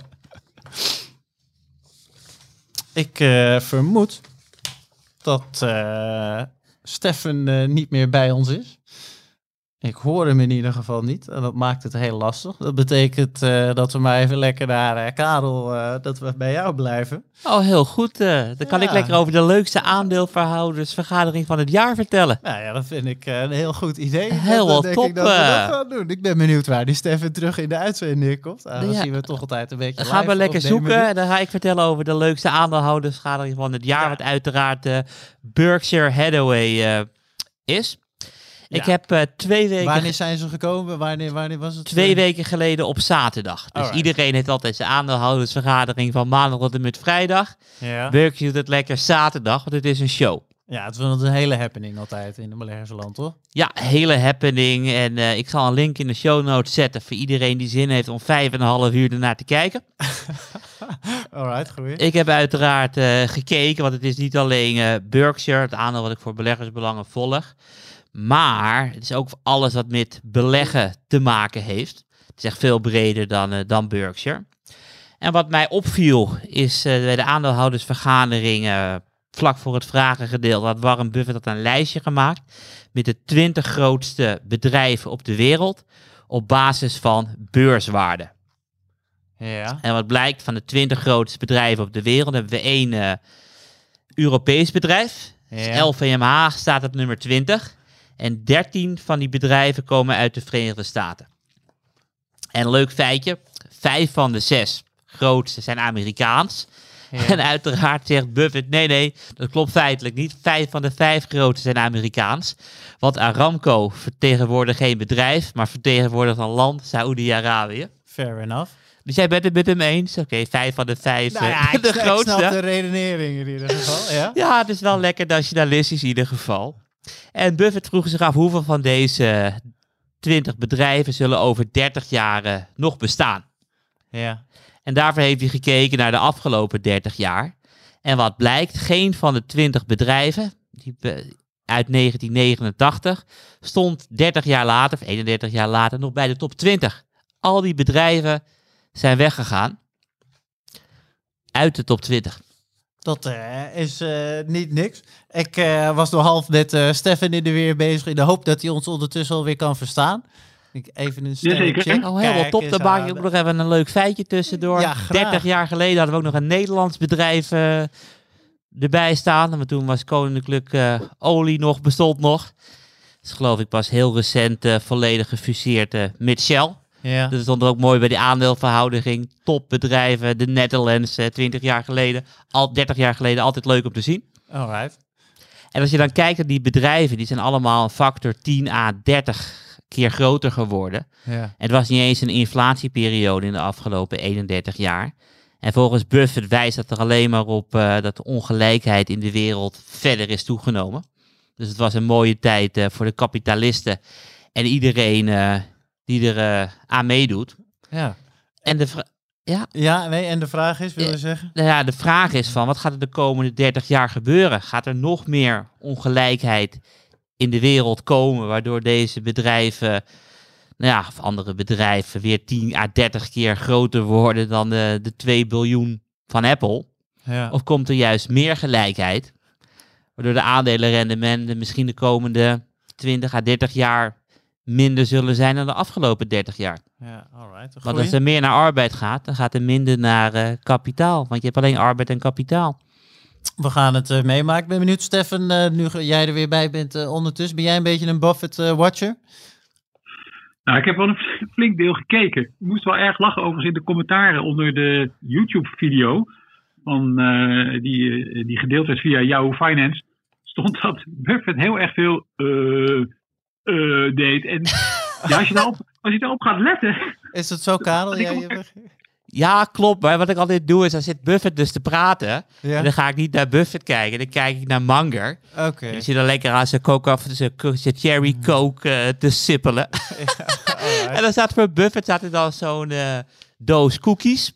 Ik uh, vermoed dat uh, Stefan uh, niet meer bij ons is. Ik hoor hem in ieder geval niet. En dat maakt het heel lastig. Dat betekent uh, dat we maar even lekker naar uh, Karel, uh, dat we bij jou blijven. Oh, heel goed. Uh, dan kan Ja. ik lekker over de leukste aandeelverhoudersvergadering van het jaar vertellen. Nou ja, dat vind ik uh, een heel goed idee. Heel dat, wel denk top, ik dat we uh. dat gaan doen. Ik ben benieuwd waar die Stefan terug in de uitzending komt. Uh, dan Ja. zien we toch altijd een beetje Dan gaan we live lekker opnemen zoeken. nu. En dan ga ik vertellen over de leukste aandeelhoudersvergadering van het jaar. Ja. Wat uiteraard uh, Berkshire Hathaway uh, is. Ik Ja. heb uh, twee weken... Wanneer zijn ze gekomen? Wanneer, wanneer was het? Twee uh, weken geleden op zaterdag. Dus Alright. iedereen heeft altijd zijn aandeelhoudersvergadering van maandag tot en met vrijdag. Ja. Berkshire doet het lekker zaterdag, want het is een show. ja, het was een hele happening altijd in het beleggersland, toch? Ja, hele happening. En uh, ik zal een link in de show notes zetten voor iedereen die zin heeft om vijf en een half uur ernaar te kijken. Alright, goed. Ik heb uiteraard uh, gekeken, want het is niet alleen uh, Berkshire, het aandeel wat ik voor beleggersbelangen volg. Maar het is ook alles wat met beleggen te maken heeft. Het is echt veel breder dan, uh, dan Berkshire. En wat mij opviel is uh, bij de aandeelhoudersvergadering uh, vlak voor het vragengedeelte had Warren Buffett had een lijstje gemaakt met de twintig grootste bedrijven op de wereld op basis van beurswaarde. Ja. En wat blijkt van de twintig grootste bedrijven op de wereld hebben we één uh, Europees bedrijf. Ja. Dus L V M H staat op nummer twintig. En dertien van die bedrijven komen uit de Verenigde Staten. En een leuk feitje, vijf van de zes grootste zijn Amerikaans. Ja. En uiteraard zegt Buffett, nee, nee, dat klopt feitelijk niet. Vijf van de vijf grootste zijn Amerikaans. Want Aramco vertegenwoordigt geen bedrijf, maar vertegenwoordigt een land, Saoedi-Arabië. Fair enough. Dus jij bent het met hem eens? Oké, okay, vijf van de vijf, Nou uh, ja, ik, de ik grootste. snap de redenering in ieder geval, ja. Ja, het is wel lekker nationalistisch in ieder geval. En Buffett vroeg zich af hoeveel van deze twintig bedrijven zullen over dertig jaar uh, nog bestaan. Ja. En daarvoor heeft hij gekeken naar de afgelopen dertig jaar. En wat blijkt, geen van de twintig bedrijven die be- uit negentien negenentachtig stond dertig jaar later, of eenendertig jaar later, nog bij de top twintig. Al die bedrijven zijn weggegaan uit de top twintig. Dat uh, is uh, niet niks. Ik uh, was nog half met uh, Stefan in de weer bezig in de hoop dat hij ons ondertussen alweer kan verstaan. Ik even een snelle Jazeker. check. Oh, heel wel top. eens Dan maak ik aan. ook nog even een leuk feitje tussendoor. Ja, graag. dertig jaar geleden hadden we ook nog een Nederlands bedrijf uh, erbij staan. Maar toen was Koninklijk uh, Olie nog, bestond nog. Dus geloof ik pas heel recent uh, volledig gefuseerd uh, met Shell. Ja. Dat stond er ook mooi bij die aandeelverhouding. Topbedrijven, de Netherlands, uh, twintig jaar geleden. Al dertig jaar geleden, altijd leuk om te zien. Alright. En als je dan kijkt naar die bedrijven, die zijn allemaal een factor tien à dertig keer groter geworden. Ja. Het was niet eens een inflatieperiode in de afgelopen eenendertig jaar. En volgens Buffett wijst dat er alleen maar op uh, dat de ongelijkheid in de wereld verder is toegenomen. Dus het was een mooie tijd uh, voor de kapitalisten en iedereen uh, die er uh, aan meedoet. Ja. En de, vra- ja, Ja, nee, en de vraag is, wil je Ja. zeggen? nou ja, de vraag is van, wat gaat er de komende dertig jaar gebeuren? Gaat er nog meer ongelijkheid in de wereld komen, waardoor deze bedrijven, nou ja, of andere bedrijven, weer tien à dertig keer groter worden dan de, de twee biljoen van Apple? Ja. Of komt er juist meer gelijkheid, waardoor de aandelenrendementen misschien de komende twintig à dertig jaar minder zullen zijn dan de afgelopen dertig jaar? Ja, alright. Een Want goeie. als er meer naar arbeid gaat, dan gaat er minder naar uh, kapitaal. Want je hebt alleen arbeid en kapitaal. We gaan het uh, meemaken. Ik ben benieuwd, Stefan, uh, nu ge- jij er weer bij bent uh, ondertussen. Ben jij een beetje een Buffett-watcher? Nou, ik heb wel een flink deel gekeken. Ik moest wel erg lachen overigens in de commentaren onder de YouTube-video. Van, uh, die, uh, die gedeeld werd via Yahoo Finance. Stond dat Buffett heel erg veel uh, uh, deed. En ja, als je daarop, als je daarop gaat letten. Is het zo, Karel? Ik Jij, kom- je... Ja, klopt. Maar wat ik altijd doe is, dan zit Buffett dus te praten. Ja? En dan ga ik niet naar Buffett kijken. Dan kijk ik naar Munger. Oké. En ik zit dan lekker aan zijn, coke af, zijn, zijn cherry coke uh, te sippelen. En dan staat voor Buffett staat er dan zo'n uh, doos cookies.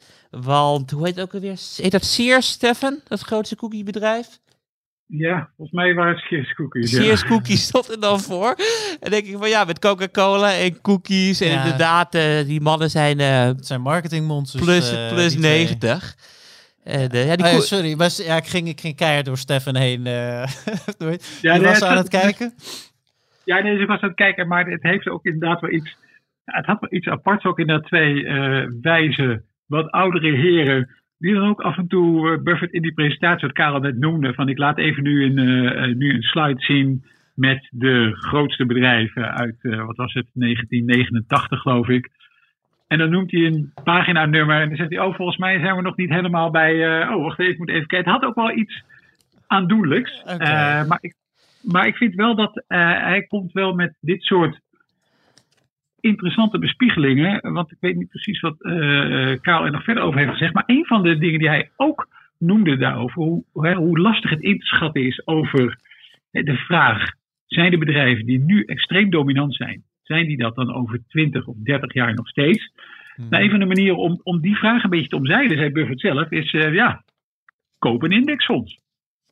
Want, hoe heet het ook alweer? Heet dat Sears, Stefan? Dat grootste cookiebedrijf? Ja, volgens mij waren het Sears cookies. Ja. Sears cookies stond er dan voor. En denk ik van ja, met Coca-Cola en cookies. En Ja. inderdaad, uh, die mannen zijn uh, Het zijn marketingmonsters. plus, uh, plus die twee. negentig. En, uh, ja, die Oh ja, koe- sorry, maar, ja, ik, ging, ik ging keihard door Stefan heen. Uh, je Ja, nee, was het aan gaat- het kijken? Ja, nee, dus ik was aan het kijken, maar het heeft ook inderdaad wel iets... Ja, het had wel iets aparts ook inderdaad twee uh, wijze, wat oudere heren... die dan ook af en toe uh, Buffett in die presentatie, wat Karel net noemde... van ik laat even nu een, uh, nu een slide zien met de grootste bedrijven uit, uh, wat was het, negentien negenentachtig geloof ik... En dan noemt hij een paginanummer en dan zegt hij, oh, volgens mij zijn we nog niet helemaal bij... Uh, oh, wacht even, ik moet even kijken. Het had ook wel iets aandoenlijks. Okay. Uh, maar, ik, maar ik vind wel dat uh, hij komt wel met dit soort interessante bespiegelingen. Want ik weet niet precies wat uh, Karel er nog verder over heeft gezegd. Maar een van de dingen die hij ook noemde daarover, hoe, hoe, hoe lastig het in te schatten is over de vraag... zijn de bedrijven die nu extreem dominant zijn... zijn die dat dan over twintig of dertig jaar nog steeds? Hmm. Nou, een van de manieren om, om die vraag een beetje te omzeilen, zei Buffett zelf, is uh, ja, koop een indexfonds.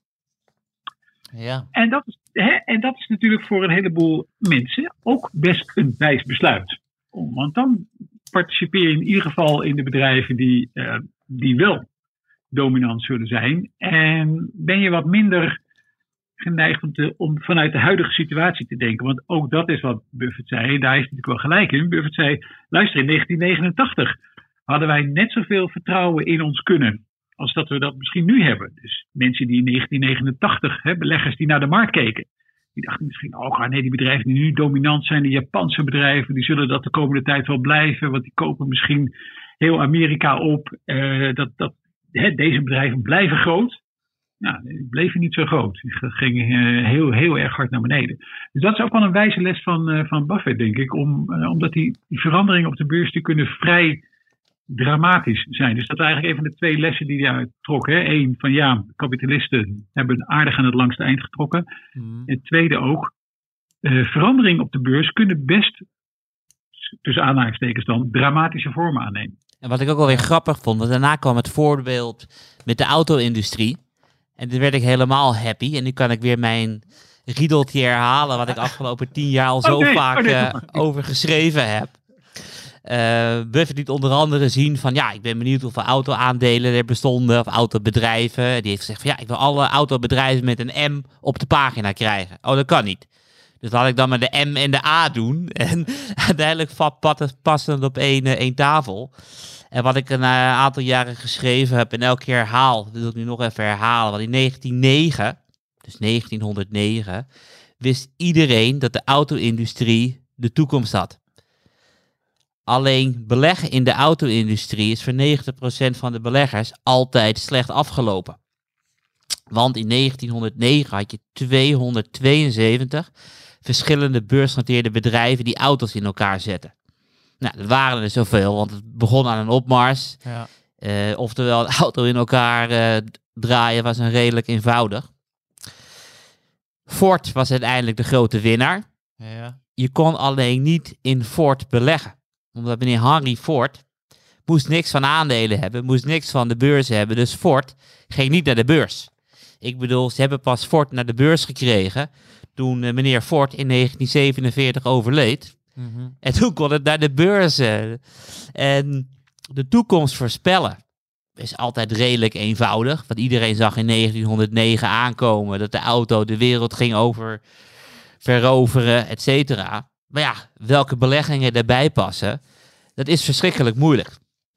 Ja. En, dat is, hè, en dat is natuurlijk voor een heleboel mensen ook best een wijs besluit. Want dan participeer je in ieder geval in de bedrijven die, uh, die wel dominant zullen zijn. En ben je wat minder... geneigd om, te, om vanuit de huidige situatie te denken. Want ook dat is wat Buffett zei. En daar is natuurlijk wel gelijk in. Buffett zei, luister, in negentien negenentachtig hadden wij net zoveel vertrouwen in ons kunnen als dat we dat misschien nu hebben. Dus mensen die in negentien negenentachtig, hè, beleggers die naar de markt keken, die dachten misschien, oh nee, die bedrijven die nu dominant zijn, die Japanse bedrijven, die zullen dat de komende tijd wel blijven, want die kopen misschien heel Amerika op. Uh, dat, dat, hè, deze bedrijven blijven groot. Nou, die bleven niet zo groot. Die gingen uh, heel, heel erg hard naar beneden. Dus dat is ook wel een wijze les van, uh, van Buffett, denk ik. Om, uh, omdat die, die veranderingen op de beurs die kunnen vrij dramatisch zijn. Dus dat is eigenlijk een van de twee lessen die hij uittrok. Eén van ja, kapitalisten hebben aardig aan het langste eind getrokken. Mm. En het tweede ook, uh, veranderingen op de beurs kunnen best, tussen aanhalingstekens dan, dramatische vormen aannemen. En wat ik ook wel weer grappig vond, want daarna kwam het voorbeeld met de auto-industrie. En toen werd ik helemaal happy. En nu kan ik weer mijn riedeltje herhalen, wat ik afgelopen tien jaar al zo okay, vaak uh, over geschreven heb. Uh, Buffett liet onder andere zien van, ja, ik ben benieuwd hoeveel auto-aandelen er bestonden, of autobedrijven. Die heeft gezegd van, ja, ik wil alle autobedrijven met een M op de pagina krijgen. Oh, dat kan niet. Dus laat ik dan met de M en de A doen. En uiteindelijk passend op één, één tafel. En wat ik een uh, aantal jaren geschreven heb en elke keer herhaal, dat wil ik nu nog even herhalen. Want in negentien negen, dus negentienhonderdnegen, wist iedereen dat de auto-industrie de toekomst had. Alleen beleggen in de auto-industrie is voor negentig procent van de beleggers altijd slecht afgelopen. Want in negentienhonderdnegen had je tweehonderdtweeënzeventig verschillende beursgenoteerde bedrijven die auto's in elkaar zetten. Nou, dat waren er zoveel, want het begon aan een opmars. Ja. Uh, oftewel, de auto in elkaar uh, draaien was een redelijk eenvoudig. Ford was uiteindelijk de grote winnaar. Ja. Je kon alleen niet in Ford beleggen. Omdat meneer Henry Ford moest niks van aandelen hebben, moest niks van de beurs hebben. Dus Ford ging niet naar de beurs. Ik bedoel, ze hebben pas Ford naar de beurs gekregen toen uh, meneer Ford in negentien zevenenveertig overleed. Mm-hmm. En toen kon het naar de beurzen. En de toekomst voorspellen is altijd redelijk eenvoudig. Want iedereen zag in negentienhonderdnegen aankomen dat de auto de wereld ging over veroveren, et cetera. Maar ja, welke beleggingen daarbij passen, dat is verschrikkelijk moeilijk.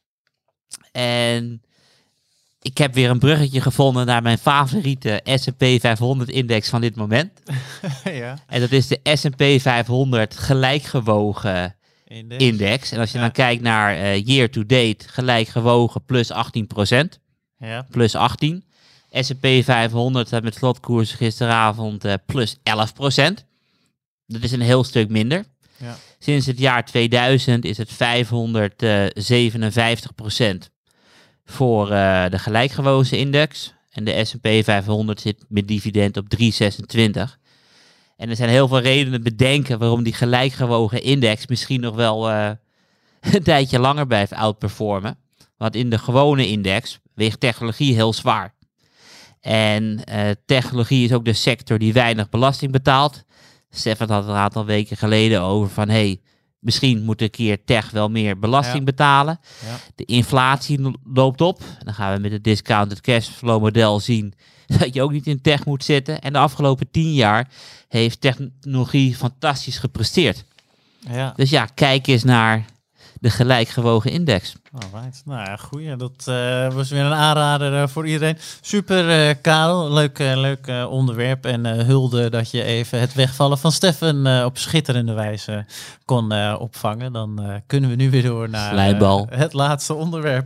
En ik heb weer een bruggetje gevonden naar mijn favoriete S en P vijfhonderd-index van dit moment. Ja. En dat is de S en P vijfhonderd gelijkgewogen index. index. En als je ja. dan kijkt naar uh, year-to-date gelijkgewogen plus achttien procent. Ja. Plus achttien. S en P vijfhonderd staat met slotkoers gisteravond uh, plus elf procent. Dat is een heel stuk minder. Ja. Sinds het jaar tweeduizend is het vijfhonderdzevenenvijftig procent voor uh, de gelijkgewogen index. En de S en P vijfhonderd zit met dividend op drie komma zesentwintig. En er zijn heel veel redenen te bedenken waarom die gelijkgewogen index misschien nog wel uh, een tijdje langer blijft outperformen. Want in de gewone index weegt technologie heel zwaar. En uh, technologie is ook de sector die weinig belasting betaalt. Stefan had het een aantal weken geleden over van, hey, misschien moet een keer tech wel meer belasting Ja. betalen. Ja. De inflatie lo- loopt op. Dan gaan we met het discounted cashflow model zien dat je ook niet in tech moet zitten. En de afgelopen tien jaar heeft technologie fantastisch gepresteerd. Ja. Dus ja, kijk eens naar de gelijkgewogen index. Alright. Nou ja, goeie. Dat uh, was weer een aanrader uh, voor iedereen. Super, uh, Karel. Leuk, uh, leuk uh, onderwerp. En uh, hulde dat je even het wegvallen van Stefan uh, op schitterende wijze kon uh, opvangen. Dan uh, kunnen we nu weer door naar Slijbal. uh, het laatste onderwerp.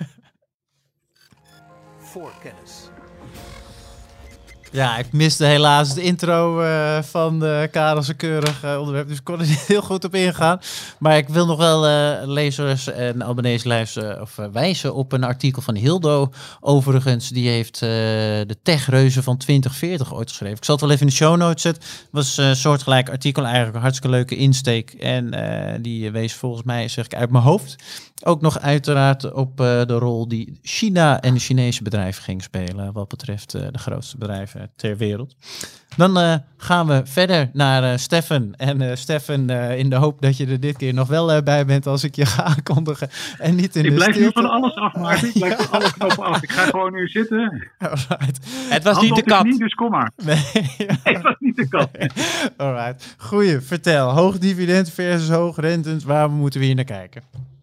Voorkennis. Ja, ik miste helaas de intro uh, van de Karelse keurig uh, onderwerp, dus ik kon er niet heel goed op ingaan. Maar ik wil nog wel uh, lezers en abonnees luisteren of uh, wijzen op een artikel van Hildo. Overigens, die heeft uh, de techreuzen van twintig veertig ooit geschreven. Ik zal het wel even in de show notes zetten. Het was een uh, soortgelijk artikel, eigenlijk een hartstikke leuke insteek. En uh, die wees volgens mij, zeg ik uit mijn hoofd, ook nog uiteraard op uh, de rol die China en de Chinese bedrijven ging spelen, wat betreft uh, de grootste bedrijven ter wereld. Dan uh, gaan we verder naar uh, Stefan. En uh, Stefan, uh, in de hoop dat je er dit keer nog wel uh, bij bent als ik je ga aankondigen. En niet in Ik de blijf nu stilte. van alles af, Maarten. Ik blijf Ja. van alle knoppen af. Ik ga gewoon nu zitten. Alright. Het was Hand niet op de is kat. niet, dus kom maar. Nee, ja. Nee, het was niet de kat. Alright. Goeie, vertel. Hoog dividend versus hoog rentes. Waar moeten we hier naar kijken?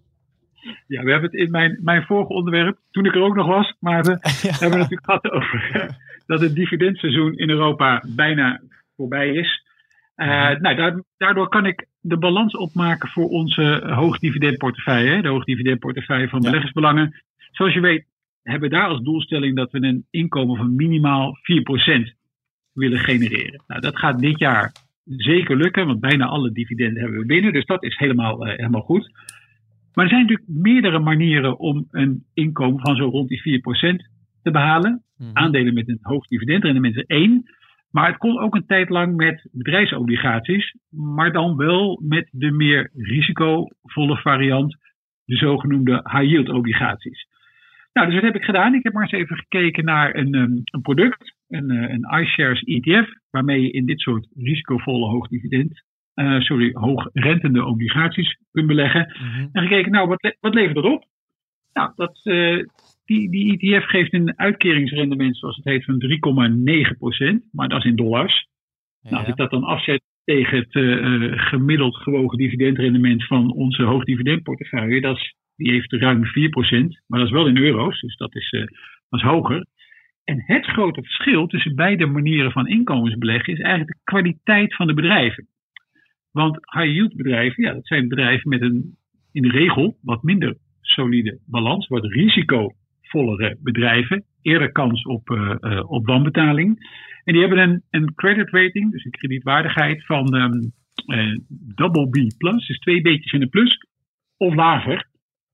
Ja, we hebben het in mijn, mijn vorige onderwerp, toen ik er ook nog was, maar we hebben het natuurlijk gehad over dat het dividendseizoen in Europa bijna voorbij is. Uh, nou, daar, daardoor kan ik de balans opmaken voor onze hoogdividendportefeuille, de hoogdividendportefeuille van Ja. beleggersbelangen. Zoals je weet hebben we daar als doelstelling dat we een inkomen van minimaal vier procent willen genereren. Nou, dat gaat dit jaar zeker lukken, want bijna alle dividenden hebben we binnen, dus dat is helemaal, uh, helemaal goed. Maar er zijn natuurlijk meerdere manieren om een inkomen van zo rond die vier procent te behalen. Mm-hmm. Aandelen met een hoog dividendrendement is één. Maar het kon ook een tijd lang met bedrijfsobligaties. Maar dan wel met de meer risicovolle variant. De zogenoemde high yield obligaties. Nou, dus wat heb ik gedaan? Ik heb maar eens even gekeken naar een, um, een product. Een, uh, een iShares E T F. Waarmee je in dit soort risicovolle hoog dividend. Uh, sorry, hoogrentende obligaties kunt beleggen. Mm-hmm. En gekeken, nou, wat, le- wat levert dat op? Nou, dat, uh, die, die E T F geeft een uitkeringsrendement, zoals het heet, van drie komma negen procent. Maar dat is in dollars. Ja. Nou, als ik dat dan afzet tegen het uh, gemiddeld gewogen dividendrendement van onze hoogdividendportefeuille, dat is, die heeft ruim vier procent. Maar dat is wel in euro's, dus dat is, uh, dat is hoger. En het grote verschil tussen beide manieren van inkomensbeleggen is eigenlijk de kwaliteit van de bedrijven. Want high-yield bedrijven, ja, dat zijn bedrijven met een in de regel wat minder solide balans, wat risicovollere bedrijven, eerder kans op, uh, uh, op wanbetaling. En die hebben een, een credit rating, dus een kredietwaardigheid van um, uh, double B plus, dus twee B'tjes in de plus, of lager.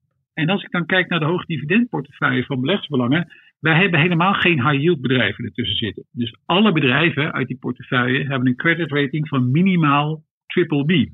En als ik dan kijk naar de hoogdividendportefeuille van beleggersbelangen, wij hebben helemaal geen high-yield bedrijven ertussen zitten. Dus alle bedrijven uit die portefeuille hebben een credit rating van minimaal triple B.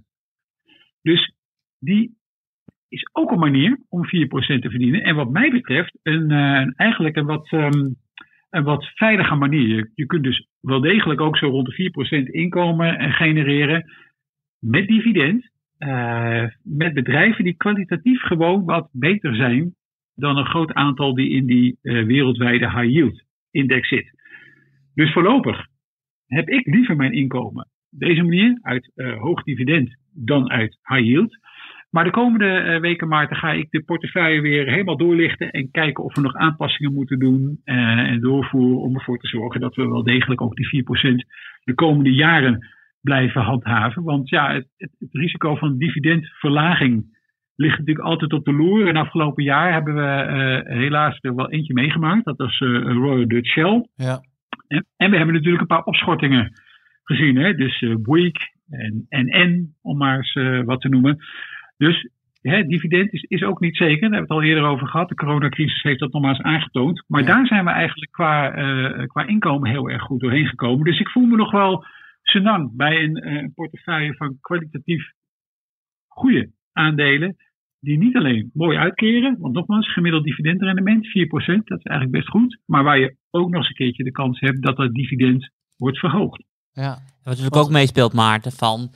Dus die is ook een manier om vier procent te verdienen. En wat mij betreft een, uh, eigenlijk een wat, um, een wat veilige manier. Je, je kunt dus wel degelijk ook zo rond de vier procent inkomen en genereren met dividend. Uh, met bedrijven die kwalitatief gewoon wat beter zijn dan een groot aantal die in die uh, wereldwijde high yield index zit. Dus voorlopig heb ik liever mijn inkomen deze manier, uit uh, hoog dividend dan uit high yield. Maar de komende uh, weken, Maarten, ga ik de portefeuille weer helemaal doorlichten en kijken of we nog aanpassingen moeten doen uh, en doorvoeren om ervoor te zorgen dat we wel degelijk ook die vier procent de komende jaren blijven handhaven. Want ja, het, het, het risico van dividendverlaging ligt natuurlijk altijd op de loer. En afgelopen jaar hebben we uh, helaas er wel eentje meegemaakt. Dat was uh, Royal Dutch Shell. Ja. En, en we hebben natuurlijk een paar opschortingen gezien. Hè? Dus uh, Bouygues en N N, om maar eens uh, wat te noemen. Dus hè, dividend is, is ook niet zeker. Daar hebben we het al eerder over gehad. De coronacrisis heeft dat nogmaals aangetoond. Maar Ja. daar zijn we eigenlijk qua, uh, qua inkomen heel erg goed doorheen gekomen. Dus ik voel me nog wel senang bij een uh, portefeuille van kwalitatief goede aandelen. Die niet alleen mooi uitkeren. Want nogmaals, gemiddeld dividendrendement, vier procent. Dat is eigenlijk best goed. Maar waar je ook nog eens een keertje de kans hebt dat dat dividend wordt verhoogd. Ja. Wat natuurlijk ook meespeelt, Maarten, van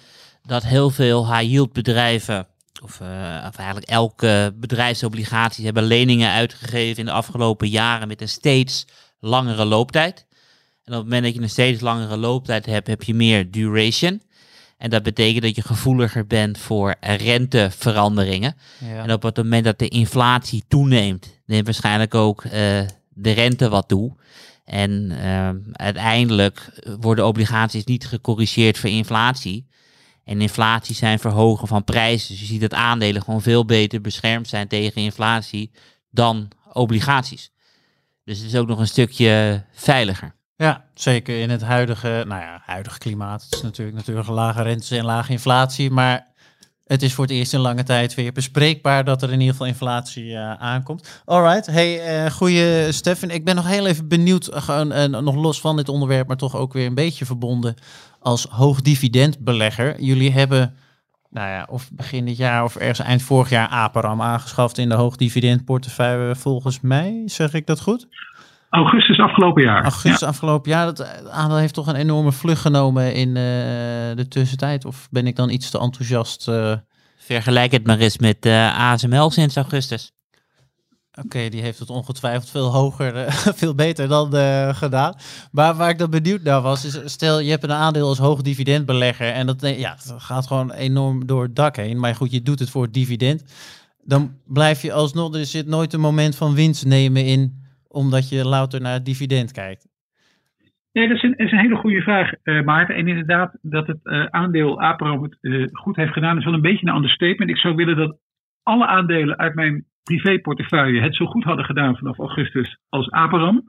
dat heel veel high-yield bedrijven, of, uh, of eigenlijk elke bedrijfsobligaties hebben leningen uitgegeven in de afgelopen jaren met een steeds langere looptijd. En op het moment dat je een steeds langere looptijd hebt, heb je meer duration. En dat betekent dat je gevoeliger bent voor renteveranderingen. Ja. En op het moment dat de inflatie toeneemt, neemt waarschijnlijk ook uh, de rente wat toe. En uh, uiteindelijk worden obligaties niet gecorrigeerd voor inflatie. En inflatie zijn verhogen van prijzen. Dus je ziet dat aandelen gewoon veel beter beschermd zijn tegen inflatie dan obligaties. Dus het is ook nog een stukje veiliger. Ja, zeker in het huidige, nou ja, huidige klimaat. Het is natuurlijk, natuurlijk lage rentes en lage inflatie, maar het is voor het eerst in lange tijd weer bespreekbaar dat er in ieder geval inflatie uh, aankomt. Alright, hey, uh, goeie Stefan. Ik ben nog heel even benieuwd, uh, gewoon uh, nog los van dit onderwerp, maar toch ook weer een beetje verbonden als hoogdividendbelegger. Jullie hebben, nou ja, of begin dit jaar of ergens eind vorig jaar Aperam aangeschaft in de hoogdividendportefeuille volgens mij. Zeg ik dat goed? Augustus afgelopen jaar. Augustus ja. afgelopen jaar. Dat aandeel heeft toch een enorme vlucht genomen in uh, de tussentijd. Of ben ik dan iets te enthousiast? Uh... Vergelijk het maar eens met uh, A S M L sinds augustus. Oké, okay, die heeft het ongetwijfeld veel hoger, uh, veel beter dan uh, gedaan. Maar waar ik dan benieuwd naar was, is stel je hebt een aandeel als hoogdividendbelegger en dat, ja, dat gaat gewoon enorm door het dak heen. Maar goed, je doet het voor het dividend. Dan blijf je alsnog, er zit nooit een moment van winst nemen in, omdat je louter naar het dividend kijkt. Nee, dat is een, is een hele goede vraag, uh, Maarten. En inderdaad, dat het uh, aandeel Aperam het uh, goed heeft gedaan, is wel een beetje een understatement. Ik zou willen dat alle aandelen uit mijn privéportefeuille het zo goed hadden gedaan vanaf augustus als Aperam.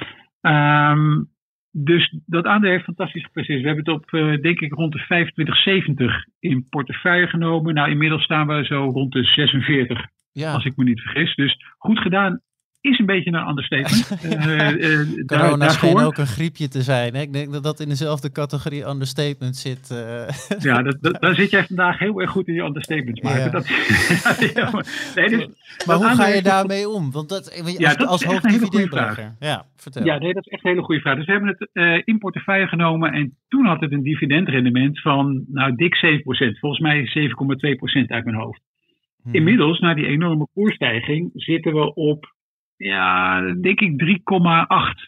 Ja. Um, dus dat aandeel heeft fantastisch gepresteerd. We hebben het op, uh, denk ik, rond de vijfentwintig zeventig in portefeuille genomen. Nou, inmiddels staan we zo rond de zesenveertig, ja. Als ik me niet vergis. Dus goed gedaan. Is een beetje een understatement. uh, uh, Corona daar, schijnt ook een griepje te zijn. Hè? Ik denk dat dat in dezelfde categorie understatement zit. Uh. Ja, dat, dat, daar zit jij vandaag heel erg goed in je understatements. Maar, ja. dat, ja, maar, nee, dus, maar hoe ga je daarmee om? Want dat, als, ja, dat als hoogdividendbelegger. Ja, vertel. Ja, nee, dat is echt een hele goede vraag. Dus we hebben het uh, in portefeuille genomen en toen had het een dividendrendement van nou dik zeven procent. Volgens mij zeven komma twee procent uit mijn hoofd. Hmm. Inmiddels, na die enorme koersstijging, zitten we op ja, denk ik drie komma acht.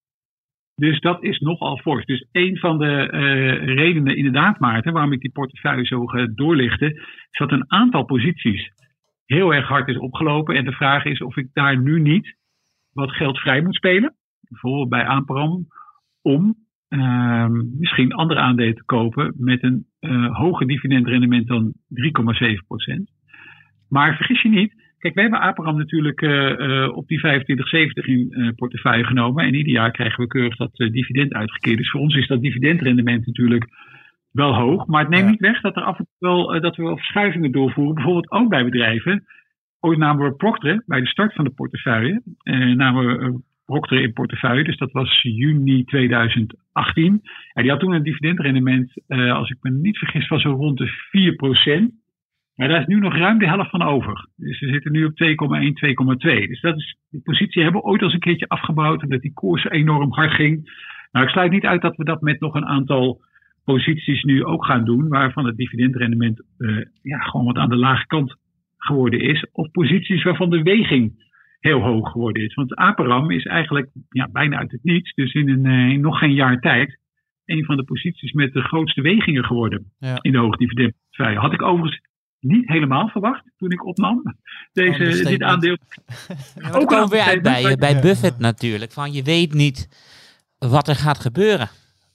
Dus dat is nogal fors. Dus een van de uh, redenen inderdaad, Maarten, waarom ik die portefeuille zo ga doorlichten, is dat een aantal posities heel erg hard is opgelopen. En de vraag is of ik daar nu niet wat geld vrij moet spelen. Bijvoorbeeld bij Aperam, om uh, misschien andere aandelen te kopen met een uh, hoger dividendrendement dan drie komma zeven procent. Maar vergis je niet. Kijk, wij hebben Aperam natuurlijk uh, uh, op die vijfentwintig zeventig in uh, portefeuille genomen. En ieder jaar krijgen we keurig dat uh, dividend uitgekeerd. Dus voor ons is dat dividendrendement natuurlijk wel hoog. Maar het neemt ja. niet weg dat er af en toe wel, uh, dat we wel verschuivingen doorvoeren. Bijvoorbeeld ook bij bedrijven. Ooit namen we Procter bij de start van de portefeuille. Uh, namen we uh, Procter in portefeuille. Dus dat was juni tweeduizend achttien. En die had toen een dividendrendement, uh, als ik me niet vergis, van zo rond de vier procent. Maar daar is nu nog ruim de helft van over. Dus we zitten nu op twee komma één, twee komma twee. Dus dat is, die positie hebben we ooit als een keertje afgebouwd. Omdat die koers enorm hard ging. Nou, ik sluit niet uit dat we dat met nog een aantal posities nu ook gaan doen. Waarvan het dividendrendement uh, ja, gewoon wat aan de lage kant geworden is. Of posities waarvan de weging heel hoog geworden is. Want Aperam is eigenlijk ja, bijna uit het niets. Dus in, een, uh, in nog geen jaar tijd een van de posities met de grootste wegingen geworden. Ja. In de hoogdividendportefeuille. Had ik overigens niet helemaal verwacht toen ik opnam. Deze, oh, dit aandeel. Ja, ook komen weer uit bij, bij Buffett natuurlijk. Van je weet niet wat er gaat gebeuren.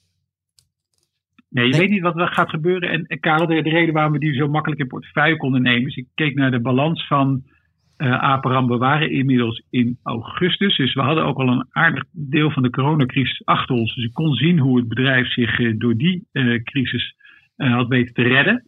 Nee, je nee. weet niet wat er gaat gebeuren. En, en Karel, de, de reden waarom we die zo makkelijk in portefeuille konden nemen. Is ik keek naar de balans van uh, Aperam. We waren inmiddels in augustus. Dus we hadden ook al een aardig deel van de coronacrisis achter ons. Dus ik kon zien hoe het bedrijf zich uh, door die uh, crisis uh, had weten te redden.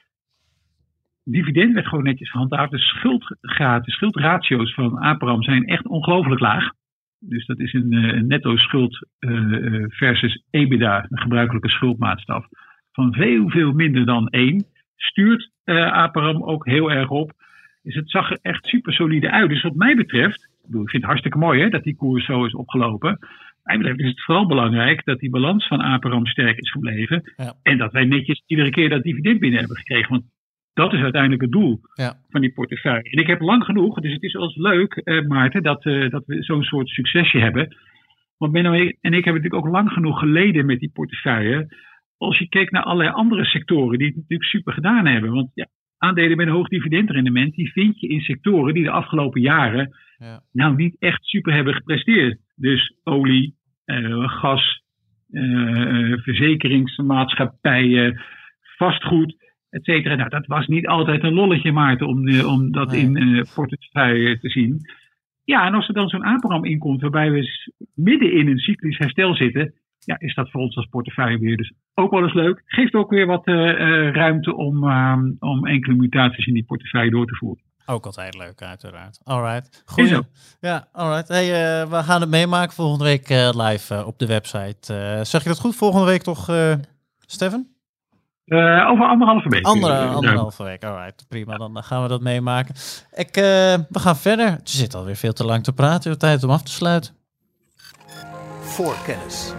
Dividend werd gewoon netjes gehandhaafd. De schuldgraad, de schuldratio's van Aperam zijn echt ongelooflijk laag. Dus dat is een, een netto schuld uh, versus EBITDA, een gebruikelijke schuldmaatstaf, van veel, veel minder dan één. Stuurt uh, Aperam ook heel erg op. Dus het zag er echt super solide uit. Dus wat mij betreft, ik, bedoel, ik vind het hartstikke mooi hè, dat die koers zo is opgelopen. mij betreft is het vooral belangrijk dat die balans van Aperam sterk is gebleven. Ja. En dat wij netjes iedere keer dat dividend binnen hebben gekregen. Want dat is uiteindelijk het doel Ja. van die portefeuille. En ik heb lang genoeg, dus het is wel eens leuk, eh, Maarten, dat, uh, dat we zo'n soort succesje hebben. Want Benno en ik hebben natuurlijk ook lang genoeg geleden met die portefeuille. Als je kijkt naar allerlei andere sectoren die het natuurlijk super gedaan hebben. Want ja, aandelen met een hoog dividendrendement, die vind je in sectoren die de afgelopen jaren Ja. nou niet echt super hebben gepresteerd. Dus olie, uh, gas, uh, verzekeringsmaatschappijen, vastgoed, et cetera. Nou, dat was niet altijd een lolletje, Maarten, om, uh, om dat Nee. in uh, portefeuille te zien. Ja, en als er dan zo'n Aperam inkomt waarbij we s- midden in een cyclisch herstel zitten, ja, is dat voor ons als portefeuillebeheerders ook wel eens leuk. Geeft ook weer wat uh, uh, ruimte om, uh, om enkele mutaties in die portefeuille door te voeren. Ook altijd leuk, uiteraard. Alright. Goeie. Is ook. Ja, alright. Hey, uh, we gaan het meemaken volgende week uh, live uh, op de website. Uh, zeg je dat goed? Volgende week toch, uh, Stefan? Uh, over anderhalve week. Andere, Uh, anderhalve week. Alright, prima. Dan gaan we dat meemaken. Ik, uh, we gaan verder. Er zit alweer veel te lang te praten. We hebben tijd om af te sluiten. Voorkennis.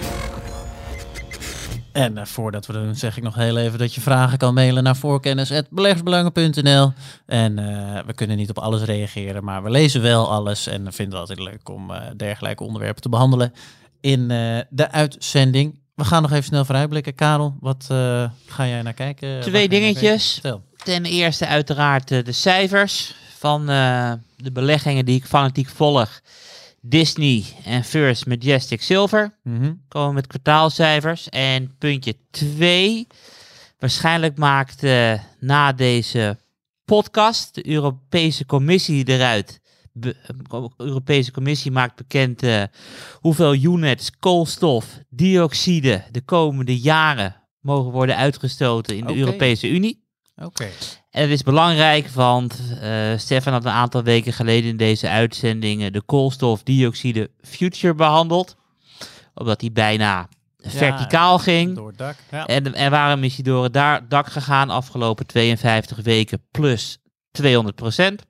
En uh, voordat we dat doen, zeg ik nog heel even dat je vragen kan mailen naar voorkennis apenstaartje beleggersbelangen punt n l. En uh, we kunnen niet op alles reageren, maar we lezen wel alles. En vinden het altijd leuk om uh, dergelijke onderwerpen te behandelen in uh, de uitzending. We gaan nog even snel vooruitblikken. Karel, wat uh, ga jij naar kijken? Waar ga Twee je naar dingetjes. kijken? Vertel. Ten eerste uiteraard uh, de cijfers van uh, de beleggingen die ik fanatiek volg. Disney en First Majestic Silver Mm-hmm. komen met kwartaalcijfers. En puntje twee. Waarschijnlijk maakt uh, na deze podcast de Europese Commissie eruit. De Europese Commissie maakt bekend uh, hoeveel units koolstofdioxide de komende jaren mogen worden uitgestoten in de Oké. Europese Unie. Oké. Okay. En het is belangrijk, want uh, Stefan had een aantal weken geleden in deze uitzending de koolstofdioxide future behandeld. Omdat die bijna ja, verticaal ging. Door het dak. Ja. En, en waarom is hij door het da- dak gegaan afgelopen tweeënvijftig weken plus tweehonderd procent?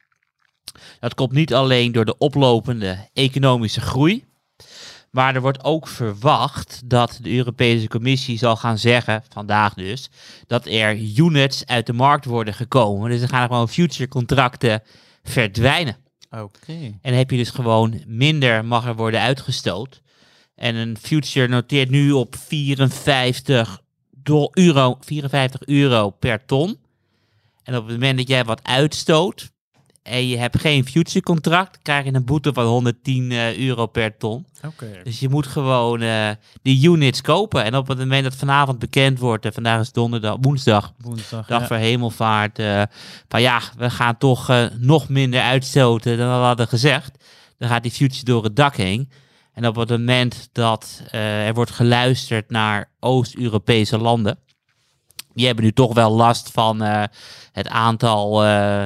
Dat komt niet alleen door de oplopende economische groei. Maar er wordt ook verwacht dat de Europese Commissie zal gaan zeggen, vandaag dus, dat er units uit de markt worden gekomen. Dus er gaan gewoon future contracten verdwijnen. Oké. Okay. En dan heb je dus gewoon minder mag er worden uitgestoot. En een future noteert nu op vierenvijftig euro, vierenvijftig euro per ton. En op het moment dat jij wat uitstoot en je hebt geen future contract, krijg je een boete van honderdtien euro per ton. Okay. Dus je moet gewoon uh, die units kopen. En op het moment dat vanavond bekend wordt, en vandaag is donderdag, woensdag, woensdag dag ja. voor hemelvaart, uh, van ja, we gaan toch uh, nog minder uitstoten dan we hadden gezegd. Dan gaat die future door het dak heen. En op het moment dat uh, er wordt geluisterd naar Oost-Europese landen, die hebben nu toch wel last van uh, het aantal, uh,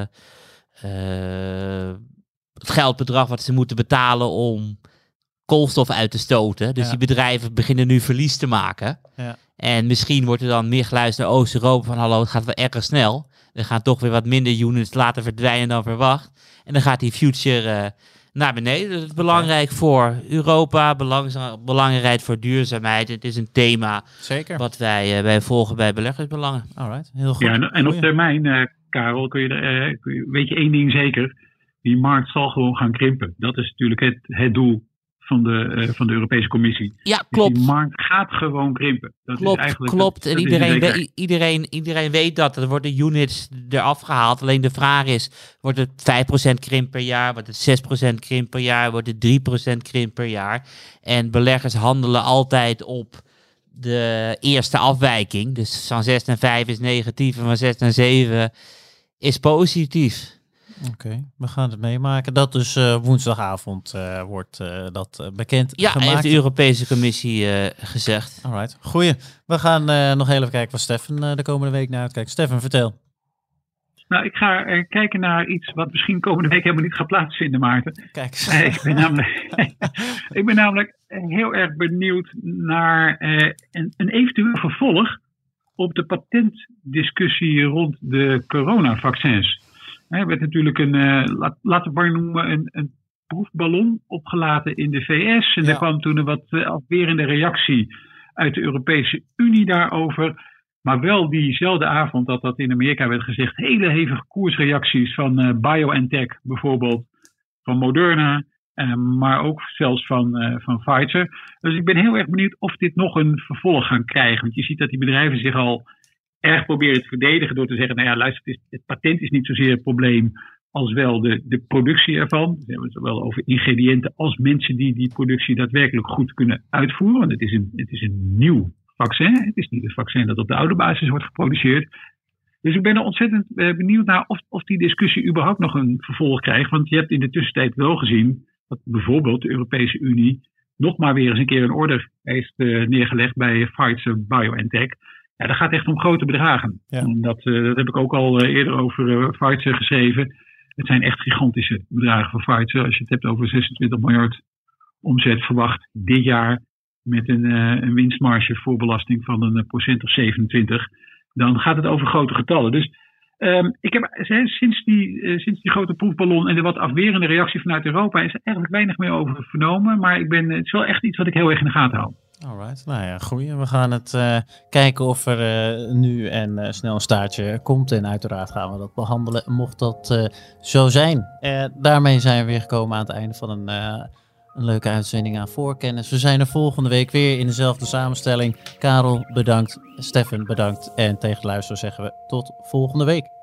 uh, het geldbedrag wat ze moeten betalen om koolstof uit te stoten. Dus ja. die bedrijven beginnen nu verlies te maken. Ja. En misschien wordt er dan meer geluisterd naar Oost-Europa van hallo, het gaat wel erg snel. We gaan toch weer wat minder units laten verdwijnen dan verwacht. En dan gaat die future uh, naar beneden. Dat is belangrijk okay. voor Europa, belang, belangrijk voor duurzaamheid. Het is een thema Zeker. wat wij, uh, wij volgen bij beleggersbelangen. Alright, heel goed. Ja, en, en op termijn, uh, Karel, kun je, uh, kun je, weet je één ding zeker. Die markt zal gewoon gaan krimpen. Dat is natuurlijk het, het doel van de, uh, van de Europese Commissie. Ja, klopt. Dus die markt gaat gewoon krimpen. Dat klopt, is eigenlijk klopt. Dat, en dat iedereen, we, iedereen, iedereen weet dat. Er worden units eraf gehaald. Alleen de vraag is, wordt het vijf procent krimp per jaar? Wordt het zes procent krimp per jaar? Wordt het drie procent krimp per jaar? En beleggers handelen altijd op de eerste afwijking. Dus van zes naar vijf is negatief en van zes naar zeven is positief. Oké, okay, we gaan het meemaken. Dat dus uh, woensdagavond uh, wordt uh, dat uh, bekend ja, gemaakt. Ja, heeft de Europese Commissie uh, gezegd. Alright, goeie. We gaan uh, nog even kijken wat Stefan uh, de komende week naar uitkijkt. Stefan, vertel. Nou, ik ga uh, kijken naar iets wat misschien komende week helemaal niet gaat plaatsvinden, Maarten. Kijk. Uh, ik, ben namelijk, ik ben namelijk heel erg benieuwd naar uh, een, een eventueel vervolg op de patentdiscussie rond de coronavaccins. Er werd natuurlijk een, uh, laat, laten we maar noemen, een, een proefballon opgelaten in de V S. En Ja. er kwam toen een wat uh, afwerende reactie uit de Europese Unie daarover. Maar wel diezelfde avond dat dat in Amerika werd gezegd, hele hevige koersreacties van uh, BioNTech bijvoorbeeld, van Moderna, uh, maar ook zelfs van, uh, van Pfizer. Dus ik ben heel erg benieuwd of dit nog een vervolg gaan krijgen. Want je ziet dat die bedrijven zich al erg proberen te verdedigen door te zeggen, nou ja, luister, het, is, het patent is niet zozeer het probleem als wel de, de productie ervan. We hebben het zowel over ingrediënten als mensen die die productie daadwerkelijk goed kunnen uitvoeren. Want het is een, het is een nieuw vaccin. Het is niet een vaccin dat op de oude basis wordt geproduceerd. Dus ik ben er ontzettend uh, benieuwd naar of, of die discussie überhaupt nog een vervolg krijgt. Want je hebt in de tussentijd wel gezien dat bijvoorbeeld de Europese Unie nog maar weer eens een keer een order heeft uh, neergelegd bij Pfizer BioNTech. Ja, dat gaat echt om grote bedragen. Ja. En dat, uh, dat heb ik ook al uh, eerder over uh, Pfizer geschreven. Het zijn echt gigantische bedragen voor Pfizer. Als je het hebt over zesentwintig miljard omzet verwacht dit jaar met een, uh, een winstmarge voor belasting van een procent of zevenentwintig. Dan gaat het over grote getallen. Dus um, ik heb sinds die, uh, sinds die grote proefballon en de wat afwerende reactie vanuit Europa is er eigenlijk weinig meer over vernomen. Maar ik ben, het is wel echt iets wat ik heel erg in de gaten hou. Alright, nou ja, goeie. We gaan het uh, kijken of er uh, nu en uh, snel een staartje komt. En uiteraard gaan we dat behandelen, mocht dat uh, zo zijn. Uh, daarmee zijn we weer gekomen aan het einde van een, uh, een leuke uitzending aan Voorkennis. We zijn er volgende week weer in dezelfde samenstelling. Karel, bedankt. Stefan, bedankt. En tegen de luisteraar zeggen we tot volgende week.